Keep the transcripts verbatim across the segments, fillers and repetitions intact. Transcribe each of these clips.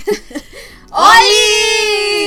¡Oli!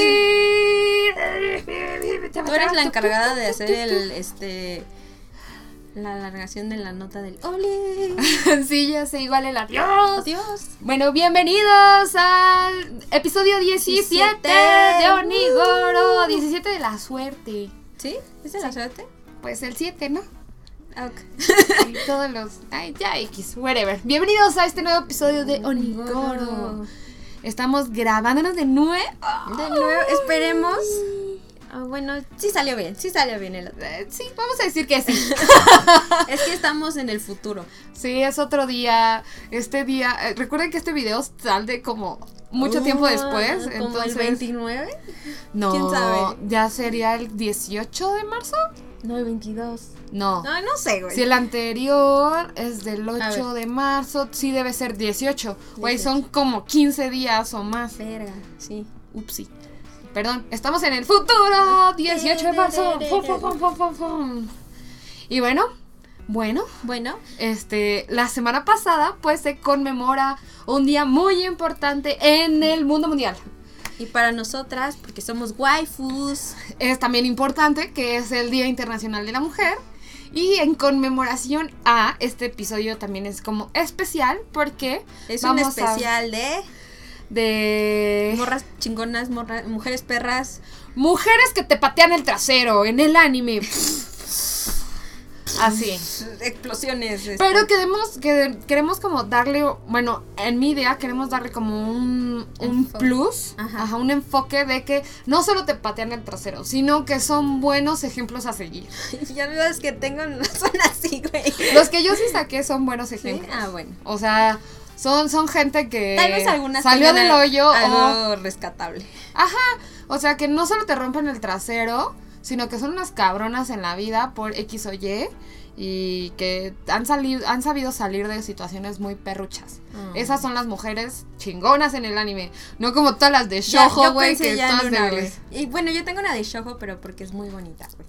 Tú eres la encargada de hacer el, este, la alargación de la nota del ¡Oli! Sí, ya sé, igual el adiós. Adiós. Bueno, bienvenidos al episodio diecisiete de Onigoro. diecisiete de la suerte. ¿Sí? ¿Es de la suerte? Pues el siete, ¿no? Ok. Y todos los... Ay, ya X, whatever. Bienvenidos a este nuevo episodio de Onigoro. Estamos grabándonos de nuevo. De nuevo, esperemos. Oh, bueno, sí salió bien, sí salió bien el... Eh, sí, vamos a decir que sí. Es que estamos en el futuro. Sí, es otro día. Este día, eh, recuerden que este video sale como mucho uh, tiempo después. ¿Como entonces, el veintinueve? No, ¿quién sabe? Ya sería el dieciocho de marzo. No, el veintidós. No. No, no sé, güey. Si el anterior es del ocho de marzo, sí debe ser dieciocho. Güey, son como quince días o más. Verga, sí. Upsi. Perdón, estamos en el futuro. dieciocho de marzo. Fum, fum, fum, fum, fum, fum. Y bueno, bueno, Bueno, este, la semana pasada pues se conmemora un día muy importante en el mundo mundial. y para nosotras, porque somos waifus. Es también importante que es el Día Internacional de la Mujer. Y en conmemoración a este episodio también es como especial porque Es vamos un especial a, de de morras chingonas, morra, mujeres perras. mujeres que te patean el trasero en el anime. Así. Explosiones. Este. Pero queremos, que, queremos como darle, bueno, en mi idea queremos darle como un, un plus, Ajá. ajá, un enfoque de que no solo te patean el trasero, sino que son buenos ejemplos a seguir. Ya los que tengo no son así, güey. Los que yo sí saqué son buenos ¿Sí? ejemplos. Ah, bueno. O sea, son, son gente que Tal vez algunas salió tengan del hoyo algo o... rescatable. Ajá, o sea, que no solo te rompen el trasero, sino que son unas cabronas en la vida por X o Y y que han salido, han sabido salir de situaciones muy perruchas. Mm. Esas son las mujeres chingonas en el anime, no como todas las de shoujo, güey, que ya todas en una, débiles. güey. Y bueno, yo tengo una de shoujo, pero porque es muy bonita, güey.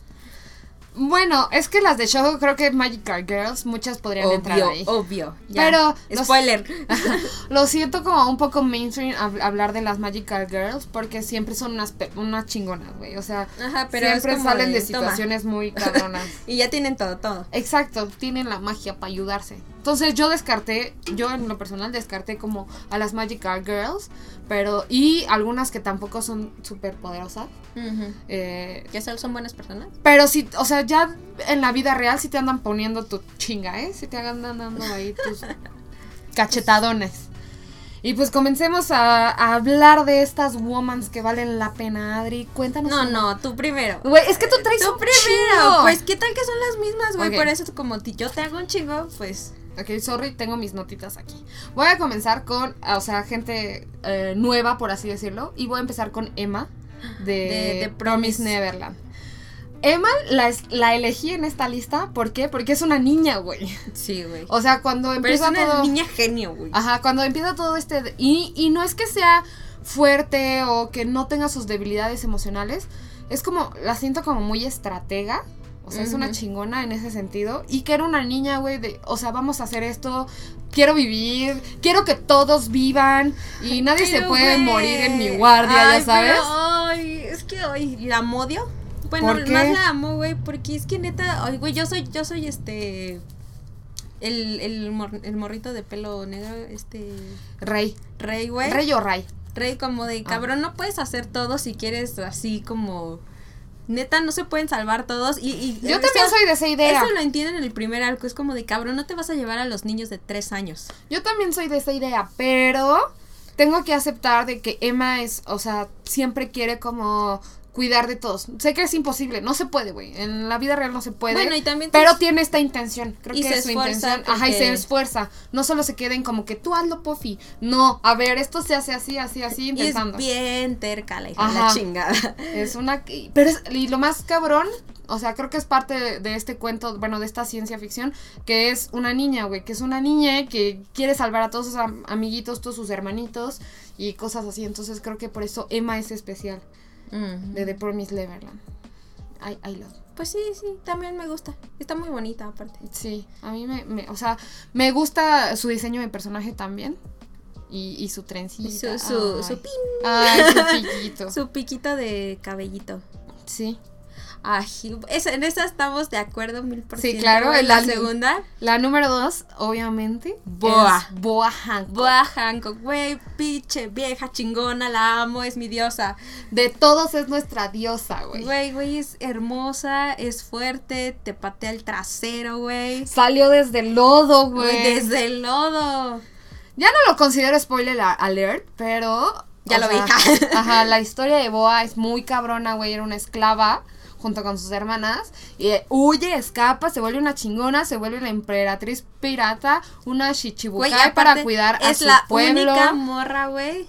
Bueno, es que las de shoujo creo que Magical Girls muchas podrían entrar ahí. Obvio, ya. Pero spoiler. Lo, lo siento como un poco mainstream hab- hablar de las Magical Girls porque siempre son unas pe- unas chingonas, güey. O sea, Ajá, pero siempre es como salen de, de, situaciones muy cabronas. Y ya tienen todo, todo. Exacto, tienen la magia para ayudarse. Entonces yo descarté, yo en lo personal descarté como a las Magical Girls, pero y algunas que tampoco son súper poderosas. Uh-huh. Eh, ¿Que solo son buenas personas? pero sí, o sea, ya en la vida real sí te andan poniendo tu chinga, ¿eh? Sí te andan dando ahí tus cachetadones. Y pues comencemos a, a hablar de estas womans que valen la pena, Adri. Cuéntanos. No, una. no, tú primero. Güey, es que tú traes Tú un primero. chingo. Pues, ¿qué tal que son las mismas, güey? Ok. Por eso, como ti- yo te hago un chingo, pues. Ok, sorry, tengo mis notitas aquí. Voy a comenzar con, o sea, gente eh, nueva, por así decirlo. Y voy a empezar con Emma de, De- de Promise Promise. Neverland. Emma la, es- la elegí en esta lista, ¿por qué? Porque es una niña, güey. Sí, güey. O sea, cuando Pero es empieza una todo... niña genio, güey. Ajá, cuando empieza todo este... Y, y no es que sea fuerte o que no tenga sus debilidades emocionales. Es como, la siento como muy estratega. O sea, es una Ujú. chingona en ese sentido. Y que era una niña, güey, de... O sea, vamos a hacer esto. Quiero vivir. Quiero que todos vivan. Y nadie Pero, se puede güey. morir en mi guardia, Ay, ya sabes. Pero, ay, es que hoy la odio. Bueno, ¿Por qué? más la amo, güey, porque es que neta, ay, güey, yo soy, yo soy este... El, el, mor- el morrito de pelo negro, este... Rey. Rey, güey. Rey o Ray. Rey como de, Ah. cabrón, no puedes hacer todo si quieres así como... Neta, no se pueden salvar todos y... y Yo también soy de esa idea. Eso lo entienden en el primer arco, es como de, cabrón, no te vas a llevar a los niños de tres años. Yo también soy de esa idea, pero tengo que aceptar de que Emma es, o sea, siempre quiere como cuidar de todos. Sé que es imposible, no se puede, güey. En la vida real no se puede. Bueno, y también... Pero te- tiene esta intención. Creo Y que se es su esfuerza intención. Ajá, y se porque- esfuerza. No solo se queden como que tú hazlo, Puffy. No, a ver, esto se hace así, así, así, Y es intentando. bien terca la hija de Ajá. la chingada. Es una... Pero es, y lo más cabrón, o sea, creo que es parte de, de este cuento, bueno, de esta ciencia ficción, que es una niña, güey, que es una niña que quiere salvar a todos sus am- amiguitos, todos sus hermanitos y cosas así. Entonces creo que por eso Emma es especial, Ujú. de The Promised Neverland. I, I love. Pues sí, sí, también me gusta. Está muy bonita aparte. Sí, a mí me, me, o sea, me gusta su diseño de personaje también. Y, y su trencita. Y su, su, su pin. Ay, su piquito. Su piquito de cabellito. Sí. Ay, eso, en esa estamos de acuerdo mil por ciento. Sí, claro. En La, la segunda. La número dos, obviamente. Boa. Es Boa Hancock. Boa Hancock, güey, pinche vieja chingona, la amo, es mi diosa. De todos es nuestra diosa, güey. Güey, güey, es hermosa, es fuerte, te patea el trasero, güey. Salió desde el lodo, güey. Desde el lodo. Ya no lo considero spoiler alert, pero... Ya lo sea, vi. Ajá, la historia de Boa es muy cabrona, güey. Era una esclava junto con sus hermanas. Y eh, huye, escapa, se vuelve una chingona, se vuelve la emperatriz pirata, una Shichibukai Güey, para cuidar a es su la pueblo. única morra, güey,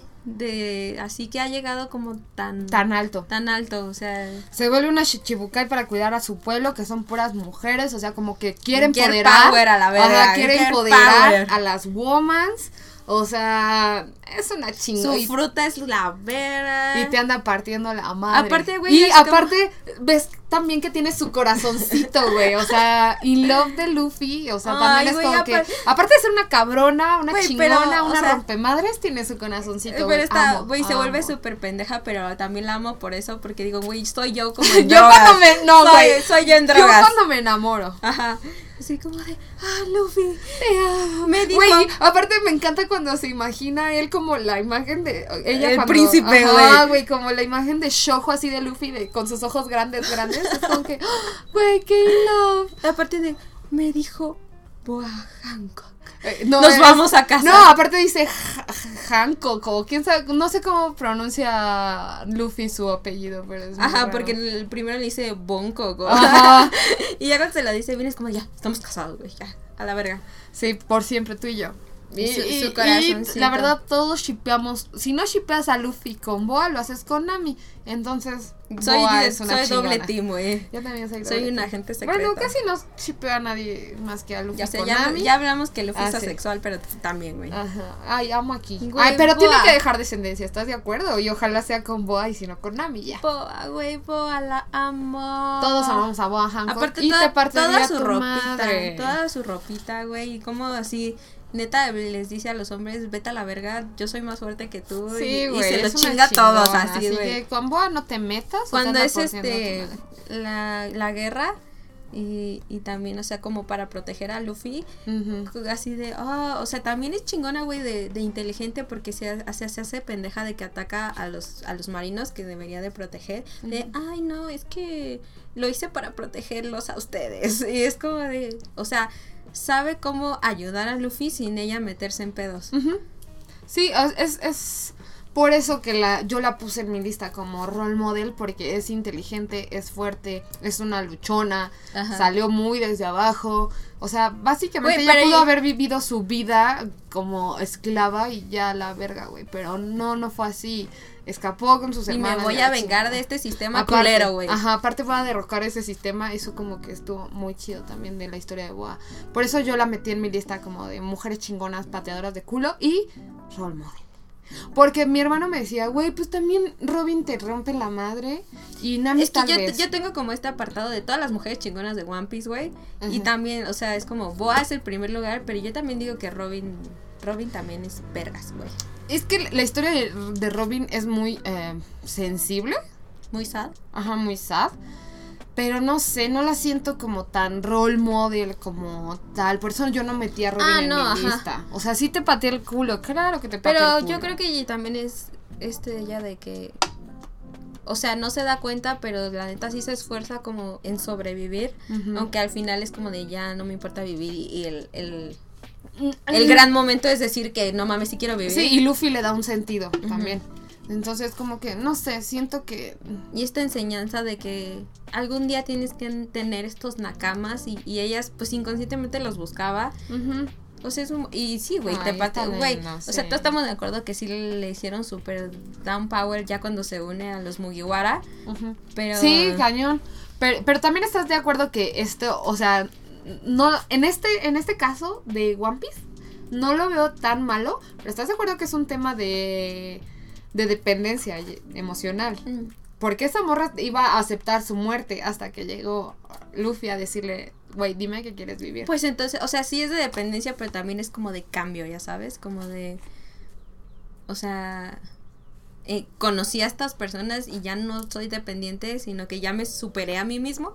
de así que ha llegado como tan Tan alto. tan alto, o sea, Se vuelve una Shichibukai para cuidar a su pueblo, que son puras mujeres, o sea, como que quiere Girl empoderar. power a la verga, Ajá, quiere girl empoderar power. a las womans. O sea, es una chingona. su fruta es la vera. Y te anda partiendo la madre. Aparte, güey, Y es aparte, ves también que tiene su corazoncito, güey. O sea, in love de Luffy. O sea, Ay, también es güey, como aparte- que. Aparte de ser una cabrona, una Güey, chingona, pero, o una sea, rompemadres, tiene su corazoncito. Pero güey. está, Amo, güey, se amo. vuelve súper pendeja, pero también la amo por eso, porque digo, güey, soy yo como en Yo drogas. cuando me. No, soy, güey. soy yo en Yo drogas. cuando me enamoro. Ajá. Así como de, ah, Luffy, te amo. Me dijo. Güey, aparte me encanta cuando se imagina él como la imagen de ella El cuando- príncipe, ajá, güey. güey, como la imagen de Shoujo así de Luffy de, con sus ojos grandes, grandes. Es como que, ¡ah! Güey, qué love. Aparte de, me dijo, Boa Hancock. Eh, no, Nos es- vamos a casar. No, aparte dice Ja- Ja- Hancock o quién sabe, no sé cómo pronuncia Luffy su apellido, pero es muy Ajá, raro. porque el primero le dice Bonko, güey. Ajá. Y ya cuando se la dice bien es como, ya, estamos casados, güey, ya, a la verga. Sí, por siempre tú y yo. Y, Y su- y- su y corazoncito. la verdad todos shippeamos, si no shippeas a Luffy con Boa, lo haces con Nami. Entonces, Soy, Boa de- es una soy doble chingona. team, güey. Yo también soy Soy doble un team. agente secreto. Bueno, casi no shippeo a nadie más que a Luffy Ya sé, con ya, Nami. ya hablamos que Luffy Ah, es sí. asexual, pero tú también, güey. Ajá. Ay, amo aquí. Güey, Ay, pero tiene Boa. que dejar descendencia, ¿estás de acuerdo? Y ojalá sea con Boa y si no con Nami, ya. Boa, güey, Boa, la amo. Todos amamos a Boa Hancock. Aparte, y toda, te partiría toda su tu ropita, madre. toda su ropita, güey, y como así, neta, les dice a los hombres, vete a la verga, yo soy más fuerte que tú, y- Sí, y, güey, se es los una chinga a todos, chingona, así, güey. que con Boa no te metas. o te Cuando anda es porfiando este, tu madre. la, la guerra, y, y también, o sea, como para proteger a Luffy, Ujú. así de, oh, o sea, también es chingona, güey, de, de inteligente porque se, hace se hace pendeja de que ataca a los, a los marinos que debería de proteger, de, Ujú. ay, no, es que lo hice para protegerlos a ustedes, y es como de, o sea, sabe cómo ayudar a Luffy sin ella meterse en pedos. Ujú. Sí, es, es por eso que la, yo la puse en mi lista como role model, porque es inteligente, es fuerte, es una luchona, Ajá. salió muy desde abajo, o sea, básicamente Güey, ella pero pudo ella- haber vivido su vida como esclava y ya la verga, güey, pero no, no fue así, escapó con sus Y hermanas. me voy ya a vengar chingada. de este sistema Aparte, culero, güey. Ajá, aparte voy a derrocar ese sistema, eso como que estuvo muy chido también de la historia de Boa. Por eso yo la metí en mi lista como de mujeres chingonas, pateadoras de culo y role model. Porque mi hermano me decía, güey, pues también Robin te rompe la madre y Nami Es que tal yo, vez. yo tengo como este apartado de todas las mujeres chingonas de One Piece, güey. Y Ajá. también, o sea, es como, Boa es el primer lugar, pero yo también digo que Robin, Robin también es vergas, güey. Es que la historia de, de Robin es muy eh, sensible, Muy sad. ajá, muy sad. Pero no sé, no la siento como tan role model como tal. Por eso yo no metí a Robin Ah, en no, mi ajá. lista. O sea, sí te pateé el culo, claro que te pateé Pero el culo. yo creo que ella también es este de ella de que, o sea, no se da cuenta, pero la neta sí se esfuerza como en sobrevivir. Ujú. Aunque al final es como de ya no me importa vivir y, y el, el, Mm, el gran momento es decir que no mames, sí quiero vivir. Sí, y Luffy le da un sentido también. Entonces, como que, no sé, siento que... Y esta enseñanza de que algún día tienes que tener estos nakamas y, y ellas pues inconscientemente los buscaba. Ujú. O sea, es un... Y sí, güey, te Ay, patea, está güey. lindo, O sí. sea, todos estamos de acuerdo que sí le hicieron súper down power ya cuando se une a los Mugiwara. Ujú. Pero... Sí, cañón. Pero, pero también estás de acuerdo que esto, o sea, no, en este, en este caso de One Piece, no lo veo tan malo, pero estás de acuerdo que es un tema de, de dependencia y- emocional. Mm. Porque esa morra iba a aceptar su muerte hasta que llegó Luffy a decirle, güey, dime que quieres vivir. Pues entonces, o sea, sí es de dependencia, pero también es como de cambio, ya sabes, como de... o sea, eh, conocí a estas personas y ya no soy dependiente, sino que ya me superé a mí mismo.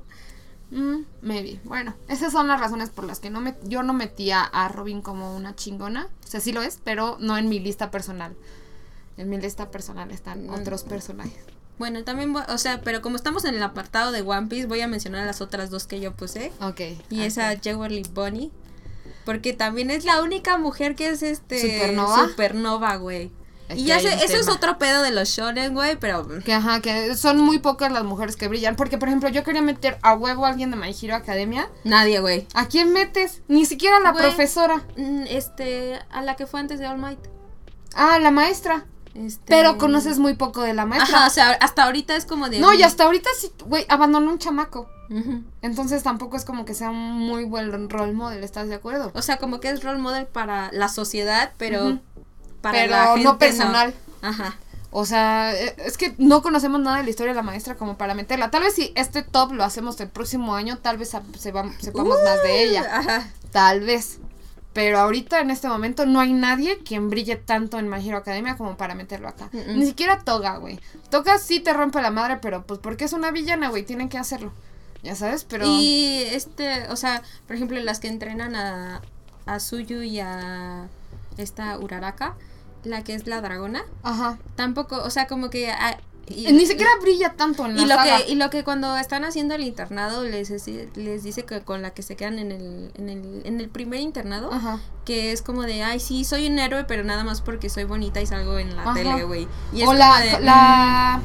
Mm, maybe. Bueno, esas son las razones por las que no me, yo no metía a Robin como una chingona. O sea, sí lo es, pero no en mi lista personal. En mi lista personal están mm. otros personajes. Bueno, también, voy, o sea, pero como estamos en el apartado de One Piece, voy a mencionar las otras dos que yo puse. Ok. Y okay. esa Jewelry Bunny. Porque también es la única mujer que es este... Supernova. Supernova, güey. Y ya sé, eso tema. Es otro pedo de los shonen, güey, pero... Que ajá, que son muy pocas las mujeres que brillan. Porque, por ejemplo, yo quería meter a huevo a alguien de My Hero Academia. Nadie, güey. ¿A quién metes? Ni siquiera a la güey, profesora. Este, a la que fue antes de All Might. Ah, la maestra. Este... Pero conoces muy poco de la maestra. Ajá, o sea, hasta ahorita es como de... No, y hasta ahorita sí, güey, abandonó un chamaco. Uh-huh. Entonces tampoco es como que sea un muy buen role model, ¿estás de acuerdo? O sea, como que es role model para la sociedad, pero... Uh-huh. Para pero la gente no personal. No. Ajá. O sea, es que no conocemos nada de la historia de la maestra como para meterla. Tal vez si este top lo hacemos el próximo año, tal vez se va, sepamos uh, más de ella. Ajá. Tal vez. Pero ahorita, en este momento, no hay nadie quien brille tanto en My Hero Academia como para meterlo acá. Uh-uh. Ni siquiera Toga, güey. Toga sí te rompe la madre, pero pues porque es una villana, güey, tienen que hacerlo. Ya sabes, pero... Y este, o sea, por ejemplo, las que entrenan a, a Suyu y a esta Uraraka, la que es la dragona. Ajá. Tampoco, o sea, como que... A, y, Ni siquiera brilla tanto en la y lo saga. que Y lo que cuando están haciendo el internado les, les dice que con la que se quedan en el, en el, en el primer internado, ajá, que es como de, ay, sí, soy un héroe, pero nada más porque soy bonita y salgo en la ajá. tele, güey. Y es o como la, de... la...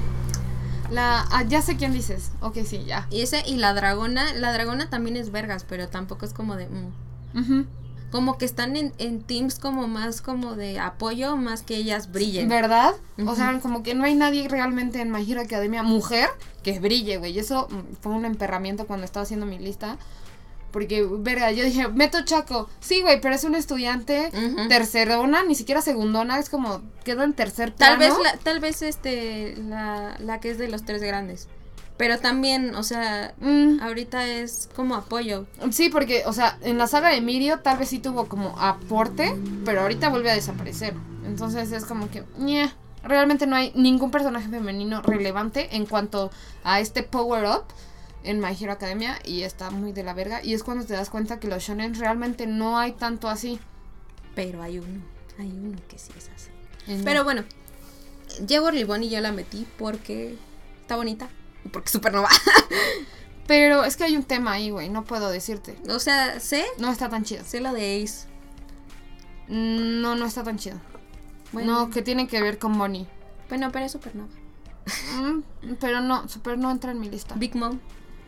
La... Ah, ya sé quién dices. Ok, sí, ya. Y ese, y la dragona, la dragona también es vergas, pero tampoco es como de... Mm. Uh-huh. Como que están en, en teams como más como de apoyo, más que ellas brillen. ¿Verdad? Uh-huh. O sea, como que no hay nadie realmente en My Hero Academia, mujer, que brille, güey. Y eso fue un emperramiento cuando estaba haciendo mi lista. Porque, verga, yo dije, meto Chaco. Sí, güey, pero es un estudiante uh-huh. tercerona, ni siquiera segundona, es como, quedó en tercer plano. Tal vez, la, tal vez este, la, la que es de los tres grandes. Pero también, o sea, mm. ahorita es como apoyo. Sí, porque, o sea, en la saga de Mirio tal vez sí tuvo como aporte, pero ahorita vuelve a desaparecer. Entonces es como que, ñe, realmente no hay ningún personaje femenino relevante en cuanto a este power up en My Hero Academia, y está muy de la verga. Y es cuando te das cuenta que los shonen realmente no hay tanto así. Pero hay uno, hay uno que sí es así. ¿En pero bueno, Jewelry Bunny yo la metí porque está bonita. Porque Supernova. Pero es que hay un tema ahí, güey, no puedo decirte. O sea, sé. No está tan chido. Sé lo de Ace. No, no está tan chido. Bueno. No, que tiene que ver con Bonnie. Bueno, pero es Supernova. Mm, pero no, Super no entra en mi lista. Big Mom.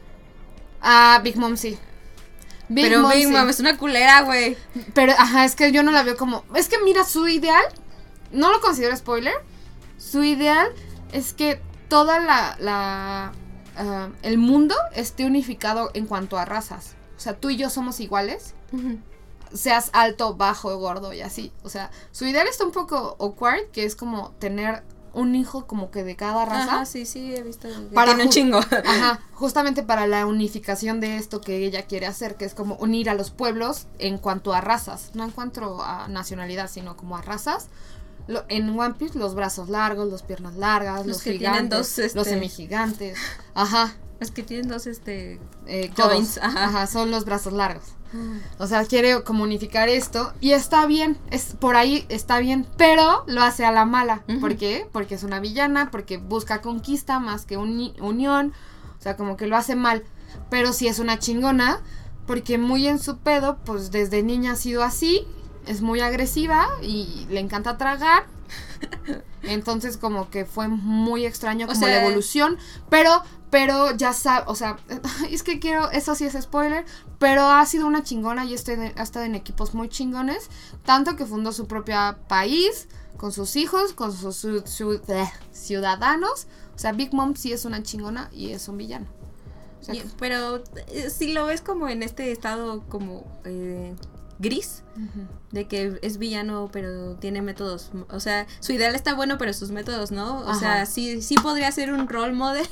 Ah, Big Mom sí. Big pero Mom, Big sí. Mom es una culera, güey. Pero, ajá, es que yo no la veo como... Es que mira, su ideal, no lo considero spoiler, su ideal es que toda la, la uh, el mundo esté unificado en cuanto a razas. O sea, tú y yo somos iguales. Uh-huh. Seas alto, bajo, gordo y así. O sea, su ideal está un poco awkward, que es como tener un hijo como que de cada raza. Ajá, sí, sí, he visto. Para tiene un chingo. Ajá, justamente para la unificación de esto que ella quiere hacer, que es como unir a los pueblos en cuanto a razas. No en cuanto a nacionalidad, sino como a razas. Lo, en One Piece, los brazos largos, las piernas largas, los, los gigantes, dos, este... los semigigantes. Ajá. Los que tienen dos, este... Eh, joints. Ajá. Ajá, son los brazos largos. O sea, quiere como unificar esto. Y está bien, es por ahí está bien, pero lo hace a la mala. Uh-huh. ¿Por qué? Porque es una villana, porque busca conquista más que uni- unión. O sea, como que lo hace mal. Pero sí es una chingona, porque muy en su pedo, pues desde niña ha sido así. Es muy agresiva y le encanta tragar. Entonces como que fue muy extraño como o sea, la evolución. Pero, pero ya sabe, o sea, es que quiero, eso sí es spoiler, pero ha sido una chingona y este, ha estado en equipos muy chingones. Tanto que fundó su propio país, con sus hijos, con sus su, su, uh, ciudadanos. O sea, Big Mom sí es una chingona y es un villano. O sea, y, pero eh, si lo ves como en este estado como... Eh, gris, uh-huh. de que es villano pero tiene métodos, o sea, su ideal está bueno pero sus métodos no, o Ajá. sea, sí sí podría ser un role model.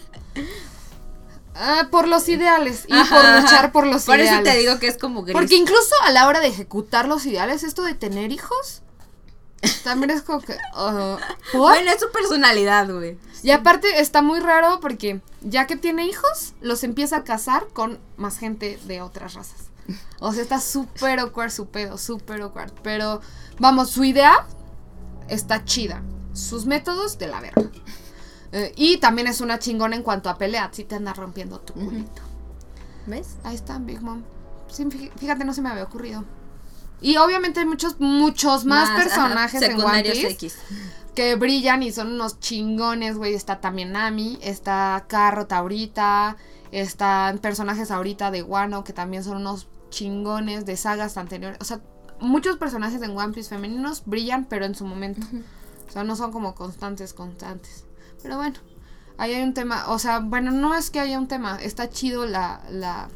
Uh, por los ideales y Ajá. por luchar por los por ideales. Por eso te digo que es como gris. Porque incluso a la hora de ejecutar los ideales, esto de tener hijos, también es como que... Uh, bueno, es su personalidad, güey. Y aparte está muy raro porque ya que tiene hijos, los empieza a casar con más gente de otras razas. O sea, está súper awkward su pedo, súper awkward. Pero, vamos, su idea está chida. Sus métodos, de la verga. Eh, y también es una chingona en cuanto a pelea. Si te anda rompiendo tu culito. ¿Ves? Ahí está, Big Mom. Sí, fíjate, no se me había ocurrido. Y obviamente hay muchos, muchos más, más personajes ajá, en One Piece X. Que brillan y son unos chingones, güey. Está también Nami, está Carro Taurita, están personajes ahorita de Wano que también son unos chingones de sagas anteriores. O sea, muchos personajes en One Piece femeninos brillan, pero en su momento. Uh-huh. O sea, no son como constantes, constantes. Pero bueno, ahí hay un tema. O sea, bueno, no es que haya un tema. Está chido la... la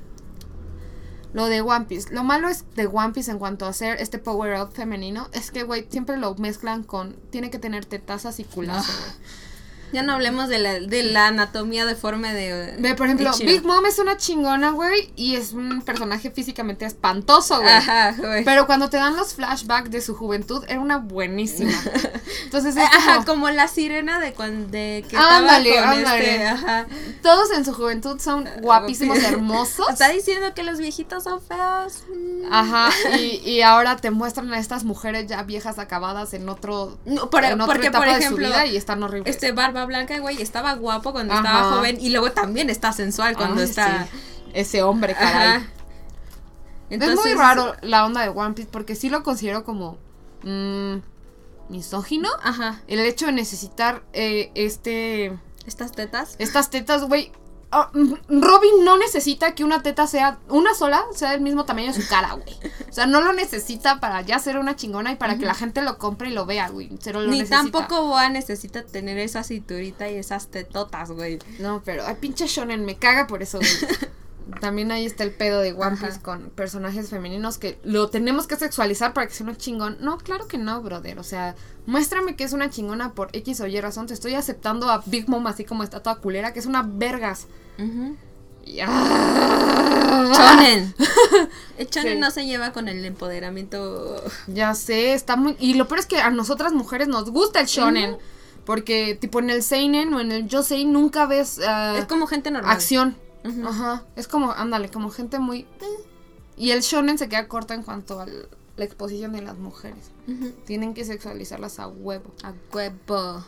lo de One Piece. Lo malo es de One Piece en cuanto a hacer este power up femenino. Es que, güey, siempre lo mezclan con... Tiene que tener tetazas y culazo, güey. Ya no hablemos de la, de la anatomía deforme de... de por ejemplo, Ichiro. Big Mom es una chingona, güey, y es un personaje físicamente espantoso, güey. Ajá, güey. Pero cuando te dan los flashbacks de su juventud, era una buenísima. Entonces es ajá, como... como la sirena de cuando... De que ándale, estaba con ándale. Este, ajá. Todos en su juventud son guapísimos, hermosos. Está diciendo que los viejitos son feos. Ajá, y, y ahora te muestran a estas mujeres ya viejas acabadas en otro... No, por, en otra porque, etapa por ejemplo, de su vida y están horribles. Este Barba Blanca, güey, estaba guapo cuando ajá. estaba joven y luego también está sensual cuando Ay, está... Sí. Ese hombre, caray. Ajá. Entonces, es muy raro la onda de One Piece porque sí lo considero como mmm, misógino. Ajá. El hecho de necesitar eh, este... Estas tetas. Estas tetas, güey. Oh, Robin no necesita que una teta sea una sola, sea del mismo tamaño de su cara, güey. O sea, no lo necesita para ya ser una chingona y para uh-huh. que la gente lo compre y lo vea, güey. Cero lo Ni necesita. tampoco Boa necesita tener esa cinturita y esas tetotas, güey. No, pero ay, pinche shonen, me caga por eso, güey. También ahí está el pedo de One Piece ajá. con personajes femeninos que lo tenemos que sexualizar para que sea una chingón. No, claro que no, brother. O sea, muéstrame que es una chingona por X o Y razón. Te estoy aceptando a Big Mom así como está toda culera, que es una vergas. Uh-huh. Y, ¡ah! Shonen. El shonen sí. no se lleva con el empoderamiento. Ya sé, está muy... Y lo peor es que a nosotras mujeres nos gusta el shonen. Uh-huh. Porque, tipo, en el seinen o en el yosei nunca ves... Uh, es como gente normal. Acción. Uh-huh. Ajá, es como, ándale, como gente muy... Y el shonen se queda corto en cuanto a la exposición de las mujeres. Uh-huh. Tienen que sexualizarlas a huevo. A huevo.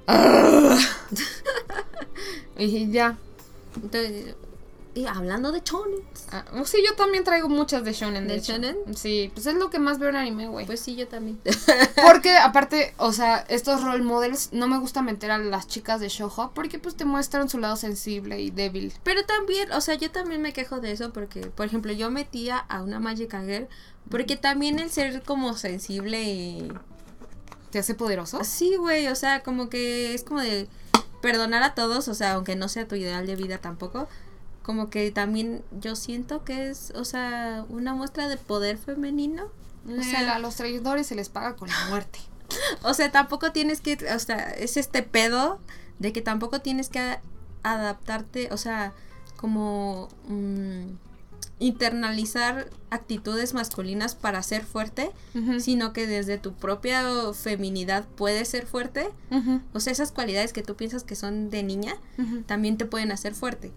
Y ya. Entonces, y hablando de shonen. Ah, sí, yo también traigo muchas de shonen. ¿De, ¿De shonen? Sí, pues es lo que más veo en anime, güey. Pues sí, yo también. Porque, aparte, o sea, estos role models, no me gusta meter a las chicas de shoujo porque, pues, te muestran su lado sensible y débil. Pero también, o sea, yo también me quejo de eso porque, por ejemplo, yo metía a una Magic Girl porque también el ser como sensible y... ¿Te hace poderoso? Sí, güey, o sea, como que es como de perdonar a todos, o sea, aunque no sea tu ideal de vida tampoco. Como que también yo siento que es, o sea, una muestra de poder femenino. O sea, a los traidores se les paga con la muerte. O sea, tampoco tienes que, o sea, es este pedo de que tampoco tienes que adaptarte, o sea, como mmm, internalizar actitudes masculinas para ser fuerte, uh-huh. sino que desde tu propia feminidad puedes ser fuerte. Uh-huh. O sea, esas cualidades que tú piensas que son de niña, uh-huh. también te pueden hacer fuerte.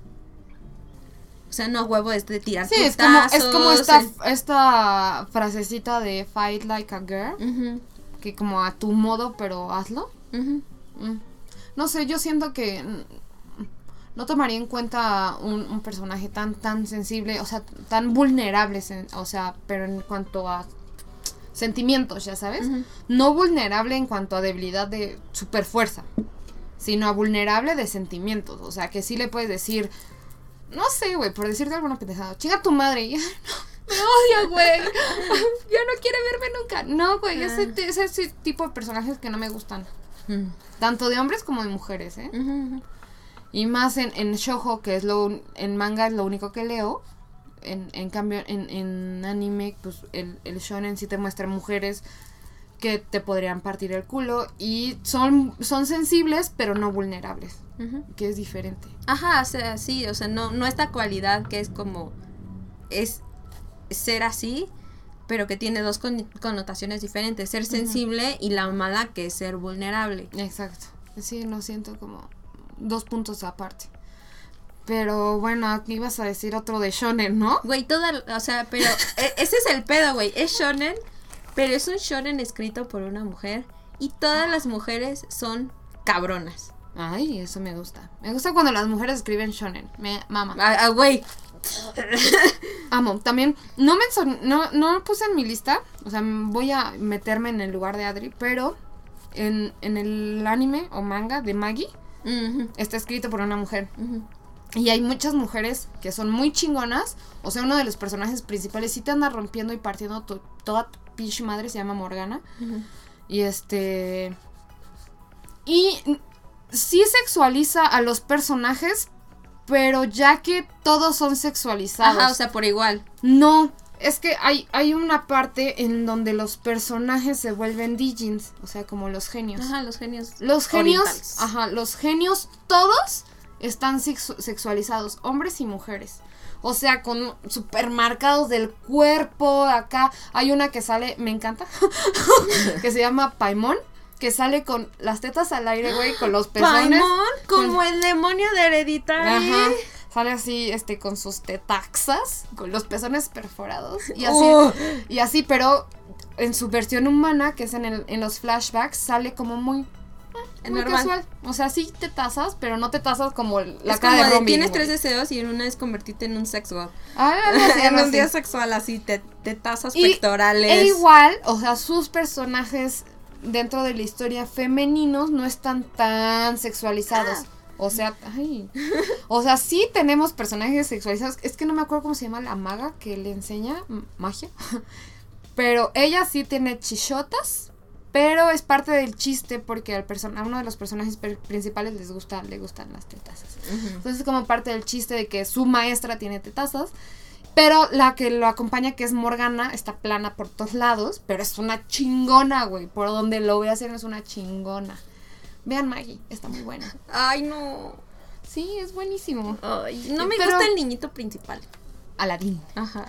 O sea, no huevo es de tirar sí, putazos. Es como, es como esta, el... esta frasecita de fight like a girl. Uh-huh. Que como a tu modo, pero hazlo. Uh-huh. Mm. No sé, yo siento que no tomaría en cuenta un, un personaje tan tan sensible, o sea, tan vulnerable, o sea, pero en cuanto a sentimientos, ya sabes. Uh-huh. No vulnerable en cuanto a debilidad de super fuerza, sino a vulnerable de sentimientos. O sea, que sí le puedes decir... No sé, güey, por decirte alguna pendejada. Chinga tu madre. Y, no, me odia, güey. Ya no quiere verme nunca. No, güey, ese, ese, ese tipo de personajes que no me gustan. Mm. Tanto de hombres como de mujeres, ¿eh? Uh-huh. Y más en, en shoujo, que es lo... En manga es lo único que leo. En, en cambio, en, en anime, pues el, el shonen sí te muestra mujeres que te podrían partir el culo. Y son, son sensibles, pero no vulnerables. Uh-huh. Que es diferente. Ajá, o sea, sí, o sea, no, no esta cualidad que es como, es ser así, pero que tiene dos con- connotaciones diferentes, ser sensible uh-huh. y la mala que es ser vulnerable. Exacto. Sí, lo siento como dos puntos aparte. Pero bueno, aquí ibas a decir otro de shonen, ¿no? Güey, toda, o sea, pero ese es el pedo, güey, es shonen, pero es un shonen escrito por una mujer y todas las mujeres son cabronas. Ay, eso me gusta. Me gusta cuando las mujeres escriben shonen. Me mama. Ah, güey. Amo. También, no me son, no, no puse en mi lista. O sea, voy a meterme en el lugar de Adri. Pero en, en el anime o manga de Maggie, uh-huh. está escrito por una mujer. Uh-huh. Y hay muchas mujeres que son muy chingonas. O sea, uno de los personajes principales sí te anda rompiendo y partiendo tu, toda tu pinche madre. Se llama Morgana. Uh-huh. Y este... Y... sí sexualiza a los personajes, pero ya que todos son sexualizados. Ajá, o sea, por igual. No, es que hay, hay una parte en donde los personajes se vuelven Dijins, o sea, como los genios. Ajá, los genios. Los genios, orientales. Ajá, los genios todos están sexu- sexualizados, hombres y mujeres. O sea, con supermarcados del cuerpo, acá hay una que sale, me encanta, que se llama Paimon. Que sale con las tetas al aire, güey, con los pezones. Paimon, como con... el demonio de Hereditary. Ajá. Sale así, este, con sus tetaxas, con los pezones perforados. Y así, uh. y así, pero en su versión humana, que es en el, en los flashbacks, sale como muy, eh, muy casual. O sea, sí tetazas, pero no tetazas como la es cara como de Robin, tienes güey. tres deseos y en una es convertirte en un sex god. Ah, no sé, en no un sé. día sexual así, te, tetazas y, pectorales. E igual, o sea, sus personajes dentro de la historia femeninos no están tan sexualizados. Ah. O sea, ay. O sea, sí tenemos personajes sexualizados. Es que no me acuerdo cómo se llama la maga que le enseña magia. Pero ella sí tiene chichotas. Pero es parte del chiste porque al person- a uno de los personajes per- principales les gusta, le gustan las tetazas. Uh-huh. Entonces es como parte del chiste de que su maestra tiene tetazas. Pero la que lo acompaña, que es Morgana, está plana por todos lados, pero es una chingona, güey. Por donde lo veas es una chingona. Vean Maggie, está muy buena. Ay, no. Sí, es buenísimo. Ay, no me pero, gusta el niñito principal. Aladín. Ajá.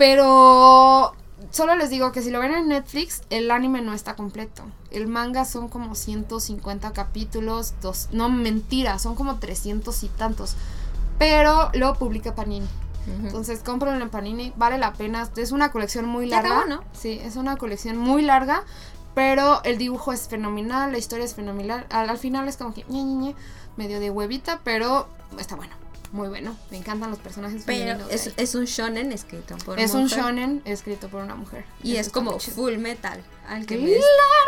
Pero solo les digo que si lo ven en Netflix, el anime no está completo. El manga son como ciento cincuenta capítulos, dos, no, mentira, son como trescientos y tantos. Pero lo publica Panini. Uh-huh. Entonces cómprenlo en Panini, vale la pena. Es una colección muy larga. Acabó, ¿no? Sí, es una colección muy larga, pero el dibujo es fenomenal, la historia es fenomenal. Al, al final es como que ñe, ñe, ñe, medio de huevita, pero está bueno, muy bueno. Me encantan los personajes pero femeninos. Pero es, es un shonen escrito por una es mujer. Es un shonen escrito por una mujer. Y Eso es como Full Metal. Al que ¡claro!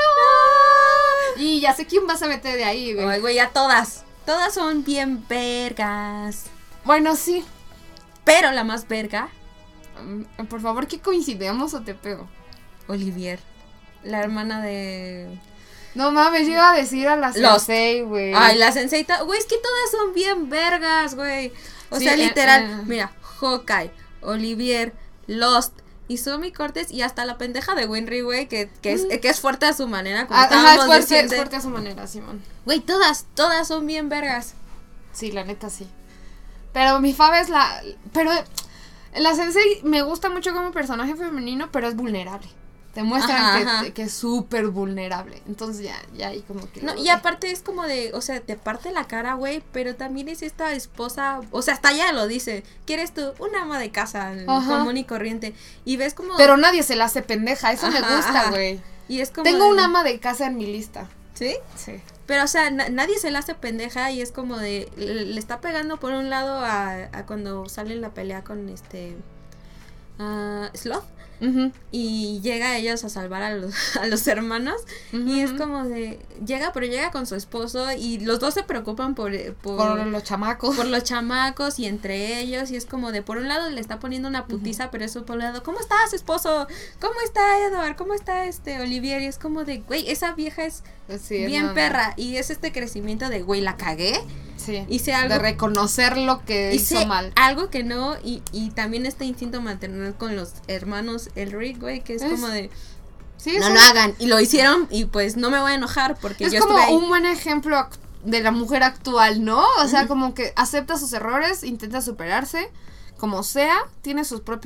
Me... Y ya sé quién vas a meter de ahí, güey. Ay, güey, ya todas. Todas son bien vergas. Bueno, sí. Pero la más verga. Um, por favor, que coincidamos o te pego. Olivier. La hermana de... No mames, yo iba a decir a la sensei, güey. Ay, la sensei. Güey, es que todas son bien vergas, güey. O sí, sea, literal. Eh, eh. Mira, Hawkeye, Olivier, Lost, Izumi Cortés y hasta la pendeja de Winry, güey, que, que, es, que es fuerte a su manera. Como ah, ajá, es fuerte, es fuerte a su manera, Simón. Güey, todas, todas son bien vergas. Sí, la neta sí. Pero mi fava es la... Pero la sensei me gusta mucho como personaje femenino, pero es vulnerable. Te muestran ajá, que, ajá. que es súper vulnerable. Entonces ya, ya ahí como que... No, y aparte es como de, o sea, te parte la cara, güey, pero también es esta esposa, o sea, hasta ella lo dice, ¿quieres tú? Una ama de casa común y corriente. Y ves como... Pero nadie se la hace pendeja, eso ajá, me gusta, güey. Y es como... Tengo de... una ama de casa en mi lista. ¿Sí? Sí. Pero, o sea, na- nadie se la hace pendeja y es como de... Le, le está pegando por un lado a, a cuando sale en la pelea con este... Uh, Sloth. Uh-huh. Y llega ellos a salvar a los, a los hermanos. Uh-huh. Y es como de... Llega, pero llega con su esposo y los dos se preocupan por... Por, por los chamacos. Por los chamacos y entre ellos. Y es como de... Por un lado le está poniendo una putiza, uh-huh. pero eso por un lado... ¿Cómo estás, esposo? ¿Cómo está Edward? ¿Cómo está este Olivier? Y es como de... Güey, esa vieja es sí, bien no, perra. No. Y es este crecimiento de... Güey, la cagué. Sí, hice algo, de reconocer lo que hizo hice mal. Algo que no, y, y también este instinto maternal con los hermanos Elric, güey, que es, es como de... Sí, no lo hagan, y lo hicieron, y pues no me voy a enojar porque es yo como estuve ahí. Un buen ejemplo de la mujer actual, ¿no? O sea, uh-huh. como que acepta sus errores, intenta superarse, como sea, tiene sus propios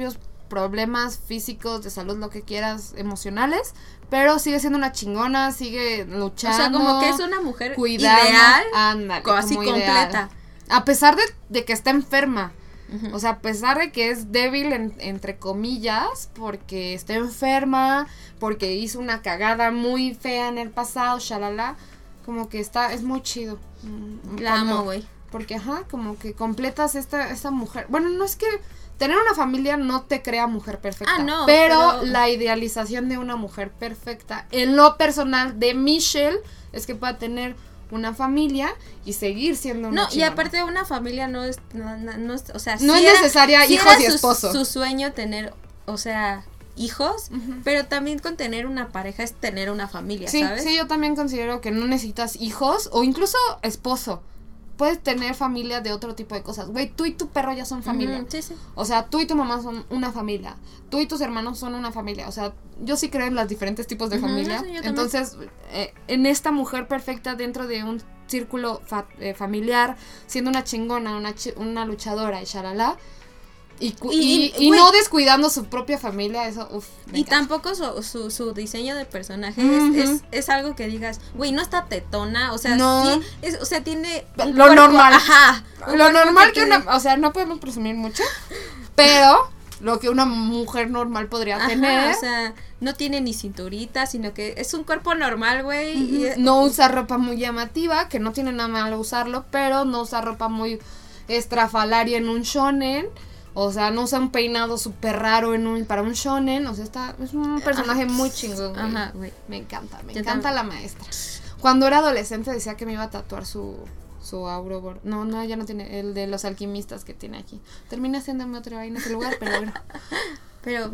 problemas físicos, de salud, lo que quieras, emocionales, pero sigue siendo una chingona, sigue luchando. O sea, como que es una mujer cuidando, ideal, ándale, así como completa. Ideal. A pesar de, de que está enferma. Uh-huh. O sea, a pesar de que es débil, en, entre comillas, porque está enferma, porque hizo una cagada muy fea en el pasado, shalala, como que está, es muy chido. La como, amo, güey. Porque, ajá, como que completas esta, esta mujer. Bueno, no es que tener una familia no te crea mujer perfecta. Ah, no. Pero, pero la idealización de una mujer perfecta, en lo personal de Michelle, es que pueda tener una familia y seguir siendo una no chingona. Y aparte una familia no es no, no, no es, o sea no sí es era, necesaria sí hijos era y su, esposo su sueño tener, o sea, hijos, uh-huh. pero también con tener una pareja es tener una familia, sí, ¿sabes? Sí, yo también considero que no necesitas hijos o incluso esposo. Puedes tener familia de otro tipo de cosas. Güey, tú y tu perro ya son familia. Uh-huh, sí, sí. O sea, tú y tu mamá son una familia. Tú y tus hermanos son una familia. O sea, yo sí creo en los diferentes tipos de uh-huh, familia. Sí, entonces, eh, en esta mujer perfecta dentro de un círculo fa- eh, familiar, siendo una chingona, una, ch- una luchadora y shalala. Y, cu- y, y, y no descuidando su propia familia, eso, uff. Y encanta. Tampoco su, su, su diseño de personaje uh-huh. es, es, es algo que digas, güey, no está tetona, o sea, no. sí, es, o sea, tiene un lo cuerpo, normal. Ajá. Lo normal que, que una, o sea, no podemos presumir mucho, pero lo que una mujer normal podría ajá, tener. O sea, no tiene ni cinturita, sino que es un cuerpo normal, güey. Uh-huh. Y, no usa ropa muy llamativa, que no tiene nada malo usarlo, pero no usa ropa muy estrafalaria en un shonen. O sea, no usa un peinado súper raro en un, para un shonen. O sea, está, es un personaje ajá. muy chingón, güey. Ajá, güey. Me encanta, me Yo encanta también. La maestra. Cuando era adolescente decía que me iba a tatuar su, su Aurobor. No, no, ya no tiene, el de los alquimistas que tiene aquí. Termina haciéndome otra vaina en ese lugar, pero bueno. Pero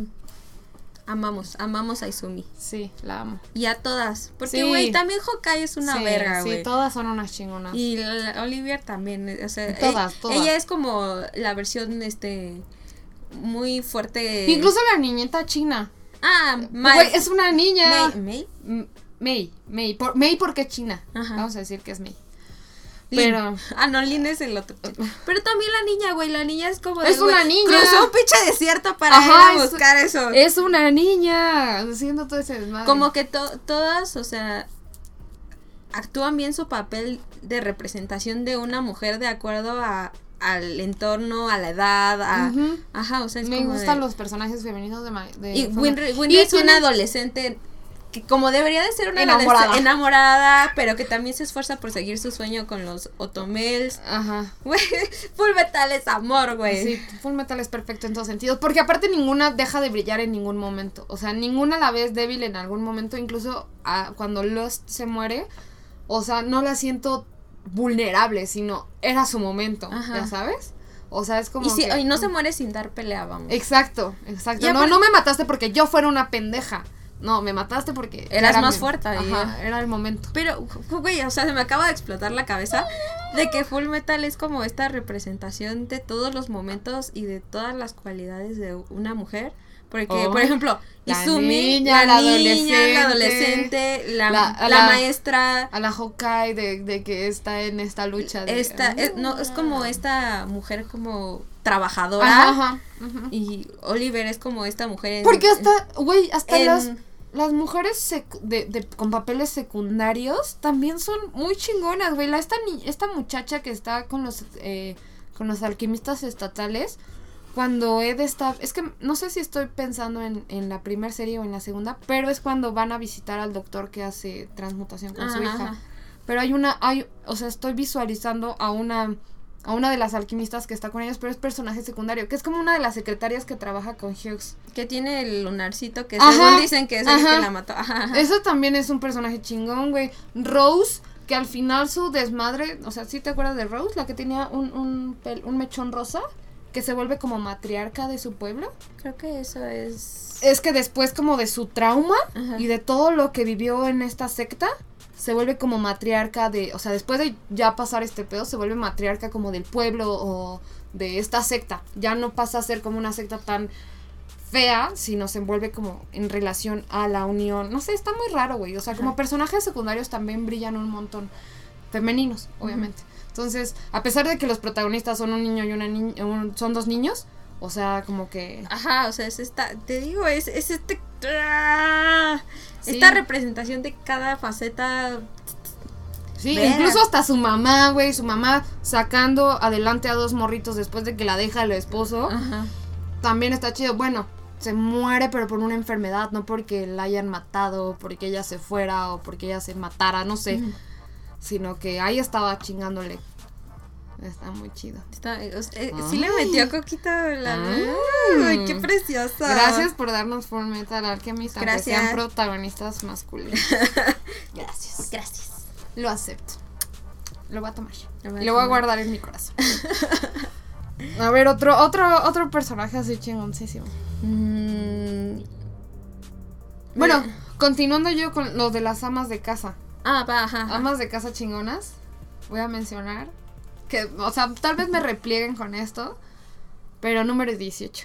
amamos, amamos a Izumi. Sí, la amo. Y a todas. Porque, güey, sí. también Hawkeye es una sí, verga, güey. Sí, todas son unas chingonas. Y la, Olivia también, o sea. Todas, ella, todas. Ella es como la versión, este, muy fuerte. Incluso la niñita china. Ah, May. Güey, es una niña. May, May. May, May. Por, May porque china. Ajá. Vamos a decir que es May. Pero Lin. Ah, no, Lin es el otro. Pero también la niña, güey, la niña es como de, es una güey, niña. Cruzó un pinche desierto para Ajá, ir a buscar es, eso. Es una niña haciendo todo ese desmadre. Como que to- todas, o sea, actúan bien su papel de representación de una mujer de acuerdo a al entorno, a la edad, a uh-huh. ajá, o sea, es me como gustan de, los personajes femeninos de, de y Winry, Winry es una adolescente que como debería de ser una enamorada. enamorada, pero que también se esfuerza por seguir su sueño con los Otomels. Ajá. Güey, Full Metal es amor, güey. Sí, Full Metal es perfecto en todos sentidos, porque aparte ninguna deja de brillar en ningún momento, o sea, ninguna la ves débil en algún momento, incluso a, cuando Lost se muere, o sea, no la siento vulnerable, sino era su momento, ajá. ya sabes. O sea, es como y, si, que, y no se muere sin dar pelea, vamos. Exacto, exacto. Ya no, por... no me mataste porque yo fuera una pendeja. No, me mataste porque eras era más mi, fuerte. Ajá, era el momento. Pero, güey, o sea, se me acaba de explotar la cabeza de que Full Metal es como esta representación de todos los momentos y de todas las cualidades de una mujer. Porque, oh, por ejemplo, la Izumi, niña, la, la niña, adolescente, la adolescente, la, la, la, la maestra. A la Hawkeye de, de que está en esta lucha. De, esta, es, no, es como esta mujer como trabajadora. Ajá, ajá, ajá. Y Oliver es como esta mujer en, porque hasta, güey, hasta en, las... Las mujeres sec- de, de, con papeles secundarios también son muy chingonas, güey. La, esta, ni- esta muchacha que está con los eh, con los alquimistas estatales, cuando Ed está... Es que no sé si estoy pensando en, en la primera serie o en la segunda, pero es cuando van a visitar al doctor que hace transmutación con ajá, su hija. Ajá. Pero hay una... hay O sea, estoy visualizando a una... a una de las alquimistas que está con ellos, pero es personaje secundario, que es como una de las secretarias que trabaja con Hughes. Que tiene el lunarcito que ajá, según dicen que es el ajá. que la mató. Ajá, ajá. Eso también es un personaje chingón, güey. Rose, que al final su desmadre, o sea, ¿sí te acuerdas de Rose? La que tenía un, un, pel, un mechón rosa, que se vuelve como matriarca de su pueblo. Creo que eso es... Es que después como de su trauma ajá. y de todo lo que vivió en esta secta... se vuelve como matriarca de, o sea, después de ya pasar este pedo, se vuelve matriarca como del pueblo o de esta secta. Ya no pasa a ser como una secta tan fea, sino se envuelve como en relación a la unión. No sé, está muy raro, güey. O sea, ajá. como personajes secundarios también brillan un montón. Femeninos, obviamente. Uh-huh. Entonces, a pesar de que los protagonistas son un niño y una niña, un, son dos niños, O sea, como que... Ajá, o sea, es esta, te digo, es, es este... ¡ah! Sí. Esta representación de cada faceta... Sí, Vera. incluso hasta su mamá, güey, su mamá sacando adelante a dos morritos después de que la deja el esposo. Ajá. También está chido. Bueno, se muere pero por una enfermedad, no porque la hayan matado, porque ella se fuera o porque ella se matara, no sé. Uh-huh. Sino que ahí estaba chingándole. Está muy chido. Está, eh, eh, sí le metió coquita la... Ay, Ay, qué preciosa. Gracias por darnos Full Metal Alchemist, aunque Gracias. sean protagonistas masculinos. Gracias. Gracias. Lo acepto. Lo voy a tomar. Lo voy y lo voy a guardar en mi corazón. A ver, otro, otro, otro personaje así chingoncísimo. Mm. Bueno, bueno, continuando yo con lo de las amas de casa. Ah, va, ajá, ajá. Amas de casa chingonas. Voy a mencionar que, o sea, tal vez me replieguen con esto, pero número dieciocho.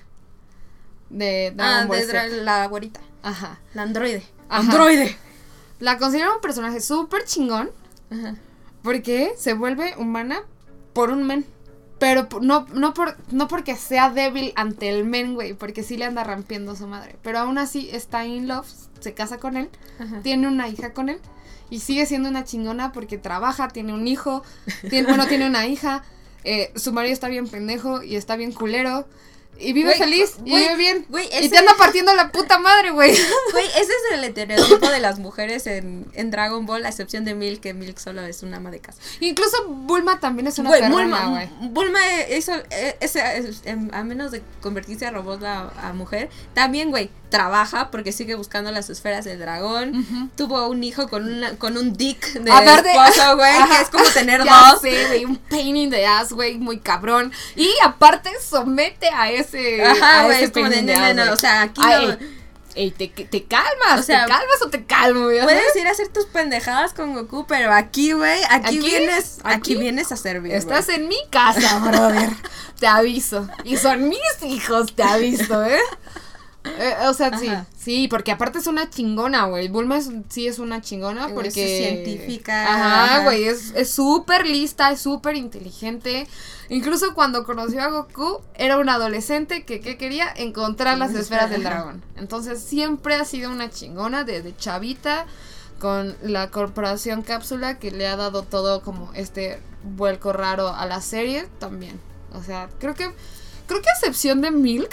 De Dragon ah, Ball de Z. dra- la güerita. Ajá. La androide. Ajá. Androide. La considero un personaje súper chingón. Ajá. Porque se vuelve humana por un men. Pero no, no, por, no porque sea débil ante el men, güey. Porque sí le anda rompiendo su madre. Pero aún así está in love. Se casa con él. Ajá. Tiene una hija con él. Y sigue siendo una chingona porque trabaja, tiene un hijo. Tiene, bueno, tiene una hija. Eh, su marido está bien pendejo y está bien culero. Y vive Wey, feliz, y wey, vive bien. Wey, y te anda partiendo la puta madre, güey. Güey, ese es el estereotipo de las mujeres en, en Dragon Ball, a excepción de Milk, que Milk solo es una ama de casa. Incluso Bulma también es una Güey, perrona, Bulma, güey. Bulma hizo, ese, ese, a menos de convertirse a robot a, a mujer, también, güey, trabaja porque sigue buscando las esferas del dragón. Uh-huh. Tuvo un hijo con, una, con un dick de esposo, güey, que es como tener ya dos. Sé, güey, un pain in the ass, güey, muy cabrón. Y aparte somete a ese... Ajá, a güey, ese es como de, pain in the no, ass, no, no, güey. o sea, aquí Ay, no... Ey, ey te, te calmas, o sea, ¿te calmas o te calmo, güey? Puedes ir a hacer tus pendejadas con Goku, pero aquí, güey, aquí, aquí vienes, aquí, aquí vienes a servir, Estás güey. en mi casa, brother, te aviso. Y son mis hijos, te aviso, ¿eh? Eh, o sea, Ajá. sí, sí, porque aparte es una chingona, güey. Bulma es, sí es una chingona porque... Es científica. Ajá, güey, es súper lista, es súper inteligente. Incluso cuando conoció a Goku, era un adolescente que, que quería encontrar las esferas del dragón. Entonces siempre ha sido una chingona desde chavita, con la corporación Cápsula, que le ha dado todo como este vuelco raro a la serie también. O sea, creo que... Creo que a excepción de Milk.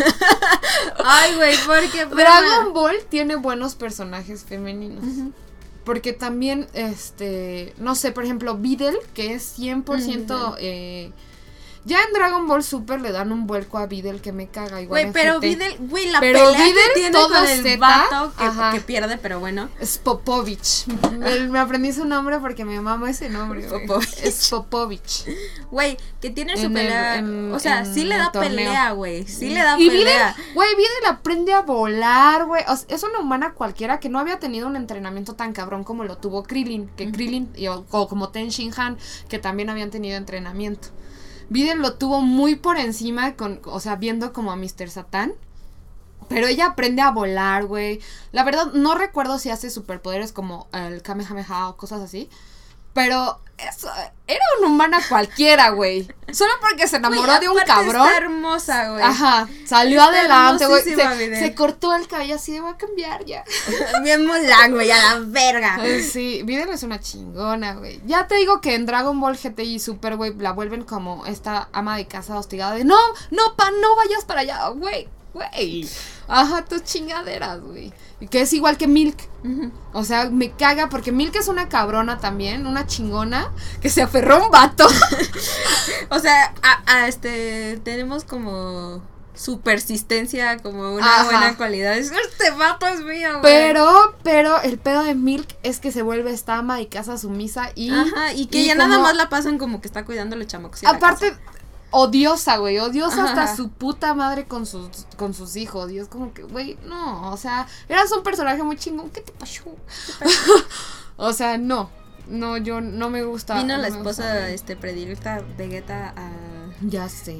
Ay, güey, porque... Dragon Ball tiene buenos personajes femeninos. Uh-huh. Porque también, este... No sé, por ejemplo, Videl, que es cien por ciento... Uh-huh. eh, ya en Dragon Ball Super le dan un vuelco a Videl que me caga igual. Güey, pero Videl, güey, la pero pelea Videl que tiene todo con el Z, vato que, que pierde, pero bueno. Es Popovich. me, me aprendí su nombre porque me mama ese nombre. Popovich. Es Popovich. Güey, que tiene su en pelea. El, en, o sea, sí le da pelea, güey. Sí le da y pelea. Güey, Videl aprende a volar, güey. O sea, es una humana cualquiera que no había tenido un entrenamiento tan cabrón como lo tuvo Krillin. Que uh-huh. Krillin, y, o, o como Ten Shin Han, que también habían tenido entrenamiento. Videl lo tuvo muy por encima, con, o sea, viendo como a mister Satan. Pero ella aprende a volar, güey. La verdad, no recuerdo si hace superpoderes como el Kamehameha o cosas así. Pero eso, era una humana cualquiera, güey. Solo porque se enamoró wey, de un cabrón. Está hermosa, güey. Ajá, salió está adelante, güey. Se, se, se cortó el cabello así de voy a cambiar ya. Bien Mulan, güey, a la verga. Sí, Videl es una chingona, güey. Ya te digo que en Dragon Ball G T y Super, güey, la vuelven como esta ama de casa hostigada de no, no, pa, no vayas para allá, güey. Güey, ajá, tus chingaderas, güey. Que es igual que Milk. Uh-huh. O sea, me caga porque Milk es una cabrona también, una chingona que se aferró a un vato. O sea, a, a este tenemos como su persistencia como una Ajá. buena cualidad. Este vato es mío, güey. Pero, pero el pedo de Milk es que se vuelve esta ama y casa sumisa y Ajá, y que y ya como, nada más la pasan como que está cuidando los chamacos. Aparte odiosa, güey, odiosa Ajá. hasta su puta madre con sus con sus hijos. Y es como que, güey, no, o sea, eras un personaje muy chingón. ¿Qué te pasó? ¿Qué te pasó? O sea, no, no, yo no me gusta. Vino no la me esposa, gusta, este, predilecta Vegeta a... Ya sé.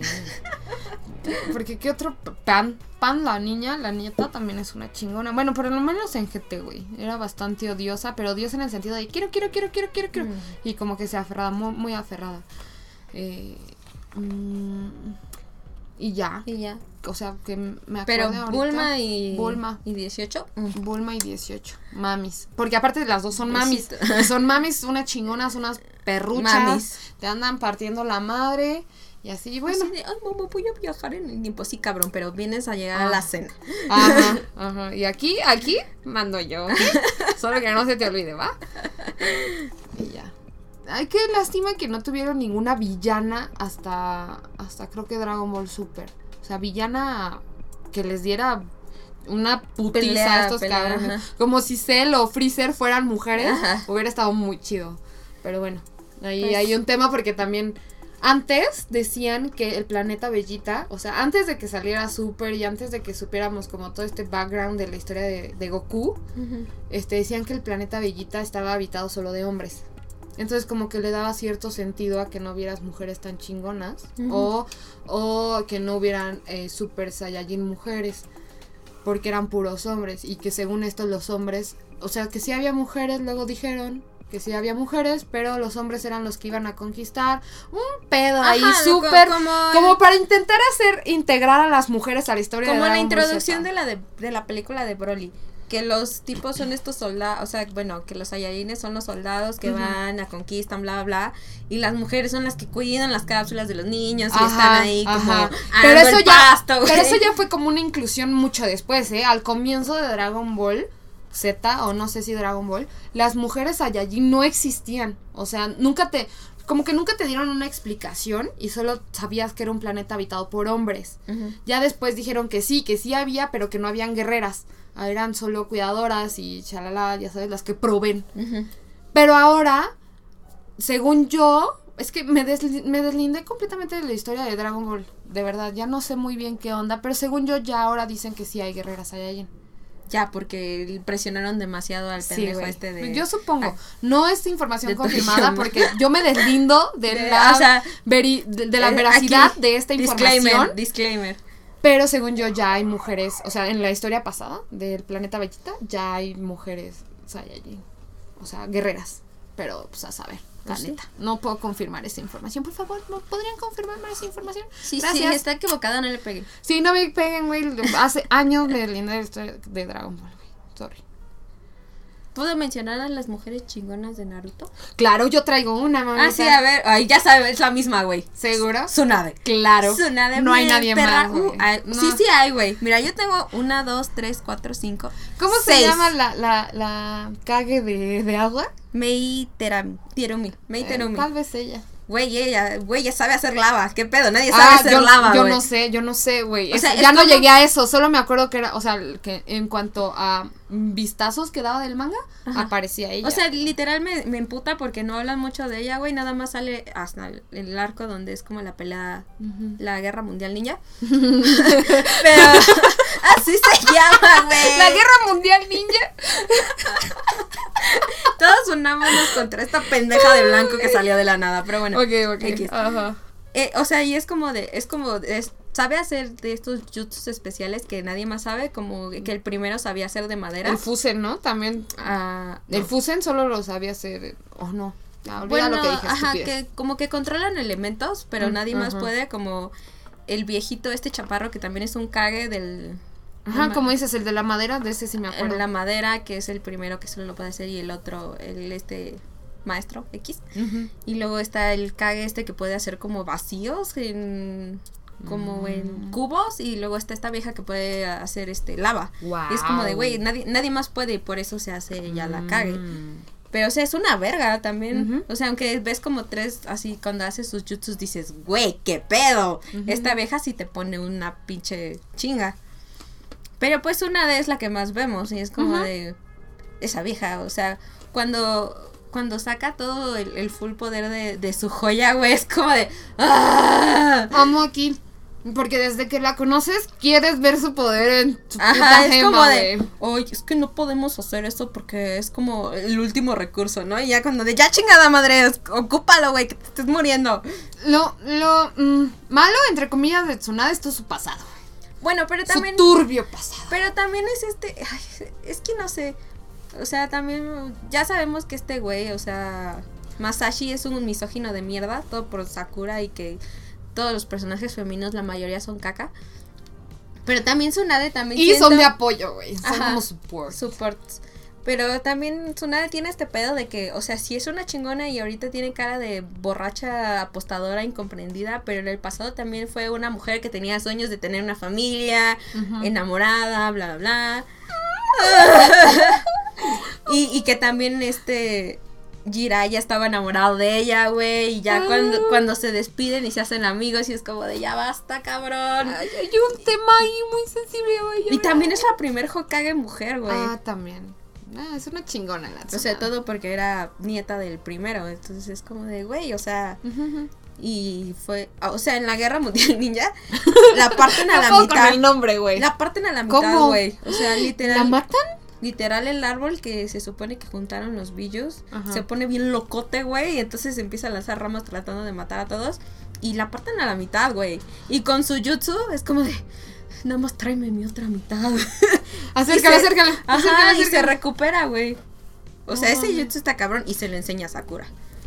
Porque qué otro, Pan, Pan, la niña, la nieta también es una chingona. Bueno, por lo menos en G T, güey, era bastante odiosa, pero odiosa en el sentido de quiero, quiero, quiero, quiero, quiero, quiero. Mm. Y como que se aferraba, muy, muy aferrada. Eh... Y ya. Y ya. O sea, que me acuerdo Pero ahorita. Bulma y... Bulma. ¿Y dieciocho? Mm. Bulma y dieciocho. Mamis. Porque aparte las dos son mamis. Son mamis, unas chingonas, unas perruchas. Mamis. Te andan partiendo la madre. Y así, bueno. Así de, ay, mamá, voy a viajar en el tiempo. Sí, cabrón, pero vienes a llegar ah. a la cena. Ajá, ajá. Y aquí, aquí, mando yo. Solo que no se te olvide, ¿va? Y ya. Ay, qué lástima que no tuvieron ninguna villana hasta, hasta creo que Dragon Ball Super. O sea, villana que les diera una putiza pelea, a estos pelea, cabrones. Ajá. Como si Cell o Freezer fueran mujeres. Ajá. Hubiera estado muy chido. Pero bueno, ahí pues, hay un tema porque también... Antes decían que el planeta Vegeta, o sea, antes de que saliera Super y antes de que supiéramos como todo este background de la historia de, de Goku, uh-huh. este, decían que el planeta Vegeta estaba habitado solo de hombres. Entonces como que le daba cierto sentido a que no hubieras mujeres tan chingonas, uh-huh. o, o que no hubieran eh, Super Saiyajin mujeres, porque eran puros hombres, y que según esto los hombres, o sea, que sí había mujeres, luego dijeron... que sí había mujeres, pero los hombres eran los que iban a conquistar. Un pedo Ajá, ahí súper... Como, como para intentar hacer, integrar a las mujeres a la historia como de Como la introducción de la, de, de la película de Broly. Que los tipos son estos soldados, o sea, bueno, que los Saiyajines son los soldados que uh-huh. van a conquistan, bla, bla, bla. Y las mujeres son las que cuidan las cápsulas de los niños y ajá, están ahí como... Pero eso, el ya, pasto, pero eso ya fue como una inclusión mucho después, ¿eh? Al comienzo de Dragon Ball... Z, o no sé si Dragon Ball, las mujeres Saiyajin no existían, o sea, nunca te, como que nunca te dieron una explicación y solo sabías que era un planeta habitado por hombres. Uh-huh. Ya después dijeron que sí, que sí había, pero que no habían guerreras, eran solo cuidadoras y chalala, ya sabes, las que proveen. Uh-huh. Pero ahora, según yo, es que me, desli- me deslindé completamente de la historia de Dragon Ball, de verdad, ya no sé muy bien qué onda, pero según yo ya ahora dicen que sí hay guerreras Saiyajin. Ya, porque presionaron demasiado al pendejo sí, este de... Yo supongo, ah, no es información confirmada porque yo me deslindo de, de la, o sea, veri, de, de la eh, veracidad aquí, de esta información. Disclaimer, disclaimer. Pero según yo ya hay mujeres, o sea, en la historia pasada del planeta Vegeta ya hay mujeres Saiyajin, o sea, guerreras, pero pues a saber. La ¿sí? neta, no puedo confirmar esa información. Por favor, ¿no podrían confirmarme esa información? Sí, Gracias. sí, está equivocada, no le peguen. Sí, no me peguen, güey. Hace años me deslindé de, de Dragon Ball, güey. Sorry. ¿Puedo mencionar a las mujeres chingonas de Naruto? Claro, yo traigo una, mamita. Ah, sí, a ver. Ay, ya sabes, es la misma, güey. ¿Seguro? Tsunade. Claro. Tsunade. No hay nadie perra. más, güey. Uh, hay, no. Sí, sí hay, güey. Mira, yo tengo una, dos, tres, cuatro, cinco, ¿Cómo seis. se llama la, la, la Kage de, de agua? Mei Terami. Terumi. Mei Terumi. Eh, tal vez ella. Güey, ella, güey, ya sabe hacer lava. ¿Qué pedo? Nadie sabe ah, hacer yo, lava, Yo wey. no sé, yo no sé, güey. O sea, ya no como... llegué a eso. Solo me acuerdo que era, o sea, que en cuanto a vistazos que daba del manga, ajá. aparecía ella. O sea, literal me, me emputa porque no hablan mucho de ella, güey. Nada más sale hasta el, el arco donde es como la pelea, uh-huh. la guerra mundial ninja. Pero así se llama, güey. La guerra mundial ninja. Todos unámonos contra esta pendeja de blanco que salió de la nada, pero bueno. Ok, ok. Ajá. Eh, o sea, y es como de, es como, es, sabe hacer de estos jutsus especiales que nadie más sabe, como que el primero sabía hacer de madera. El Fusen, ¿no? También. Ah, no. El Fusen solo lo sabía hacer, o oh, no. Ah, bueno, lo que dije, ajá, que como que controlan elementos, pero mm, nadie uh-huh. más puede, como el viejito, este chaparro que también es un Kage del... Ajá, ma- como dices, el de la madera, de ese sí me acuerdo. El de la madera, que es el primero que solo lo puede hacer, y el otro, el este maestro X. Uh-huh. Y luego está el Kage este que puede hacer como vacíos en como mm. en cubos, y luego está esta vieja que puede hacer este lava. Wow. Y es como de, güey, nadie nadie más puede, y por eso se hace ya mm. la Kage. Pero, o sea, es una verga también. Uh-huh. O sea, aunque ves como tres, así, cuando hace sus jutsus dices, güey, qué pedo. Uh-huh. Esta vieja sí te pone una pinche chinga. Pero pues una de es la que más vemos, y es como uh-huh. de esa vieja, o sea, cuando cuando saca todo el, el full poder de, de su joya, güey, es como de ¡ah! Amo aquí, porque desde que la conoces quieres ver su poder en su Ajá, puta es gema, como de, güey. oye, es que no podemos hacer eso porque es como el último recurso, ¿no? Y ya cuando de, ya chingada madre, ocúpalo, güey, que te estés muriendo. Lo, lo mm, malo, entre comillas, de Tsunade es todo su pasado. Bueno, pero también... Su turbio pasado. Pero también es este... Ay, es que no sé... O sea, también... Ya sabemos que este güey, o sea... Masashi es un misógino de mierda. Todo por Sakura, y que... todos los personajes femeninos, la mayoría son caca. Pero también Tsunade también Y siento, son de apoyo, güey. Son Ajá, como support. supports. Pero también Tsunade tiene este pedo de que, o sea, sí es una chingona y ahorita tiene cara de borracha, apostadora, incomprendida, pero en el pasado también fue una mujer que tenía sueños de tener una familia, uh-huh. enamorada, bla, bla, bla. y, y que también este Jiraiya estaba enamorado de ella, güey, y ya uh. cuando, cuando se despiden y se hacen amigos y es como de ya basta, cabrón. Ay, hay un tema ahí muy sensible, güey. Y también es la primer Hokage mujer, güey. Ah, también. Ah, es una chingona la Tsunade. O sea, todo porque era nieta del primero, entonces es como de, güey, o sea, uh-huh. y fue, o sea, en la Guerra Mundial Ninja, la parten a la no mitad. Con el nombre, güey. La parten a la mitad, güey. O sea, literal. ¿La matan? Literal, el árbol que se supone que juntaron los Billus, uh-huh. se pone bien locote, güey, y entonces empieza a lanzar ramas tratando de matar a todos, y la parten a la mitad, güey. Y con su jutsu es como de, nada más tráeme mi otra mitad. Acércala, acércala. Ajá, acércala, acércala. Y se recupera, güey. O sea, oh. ese jutsu está cabrón y se lo enseña a Sakura.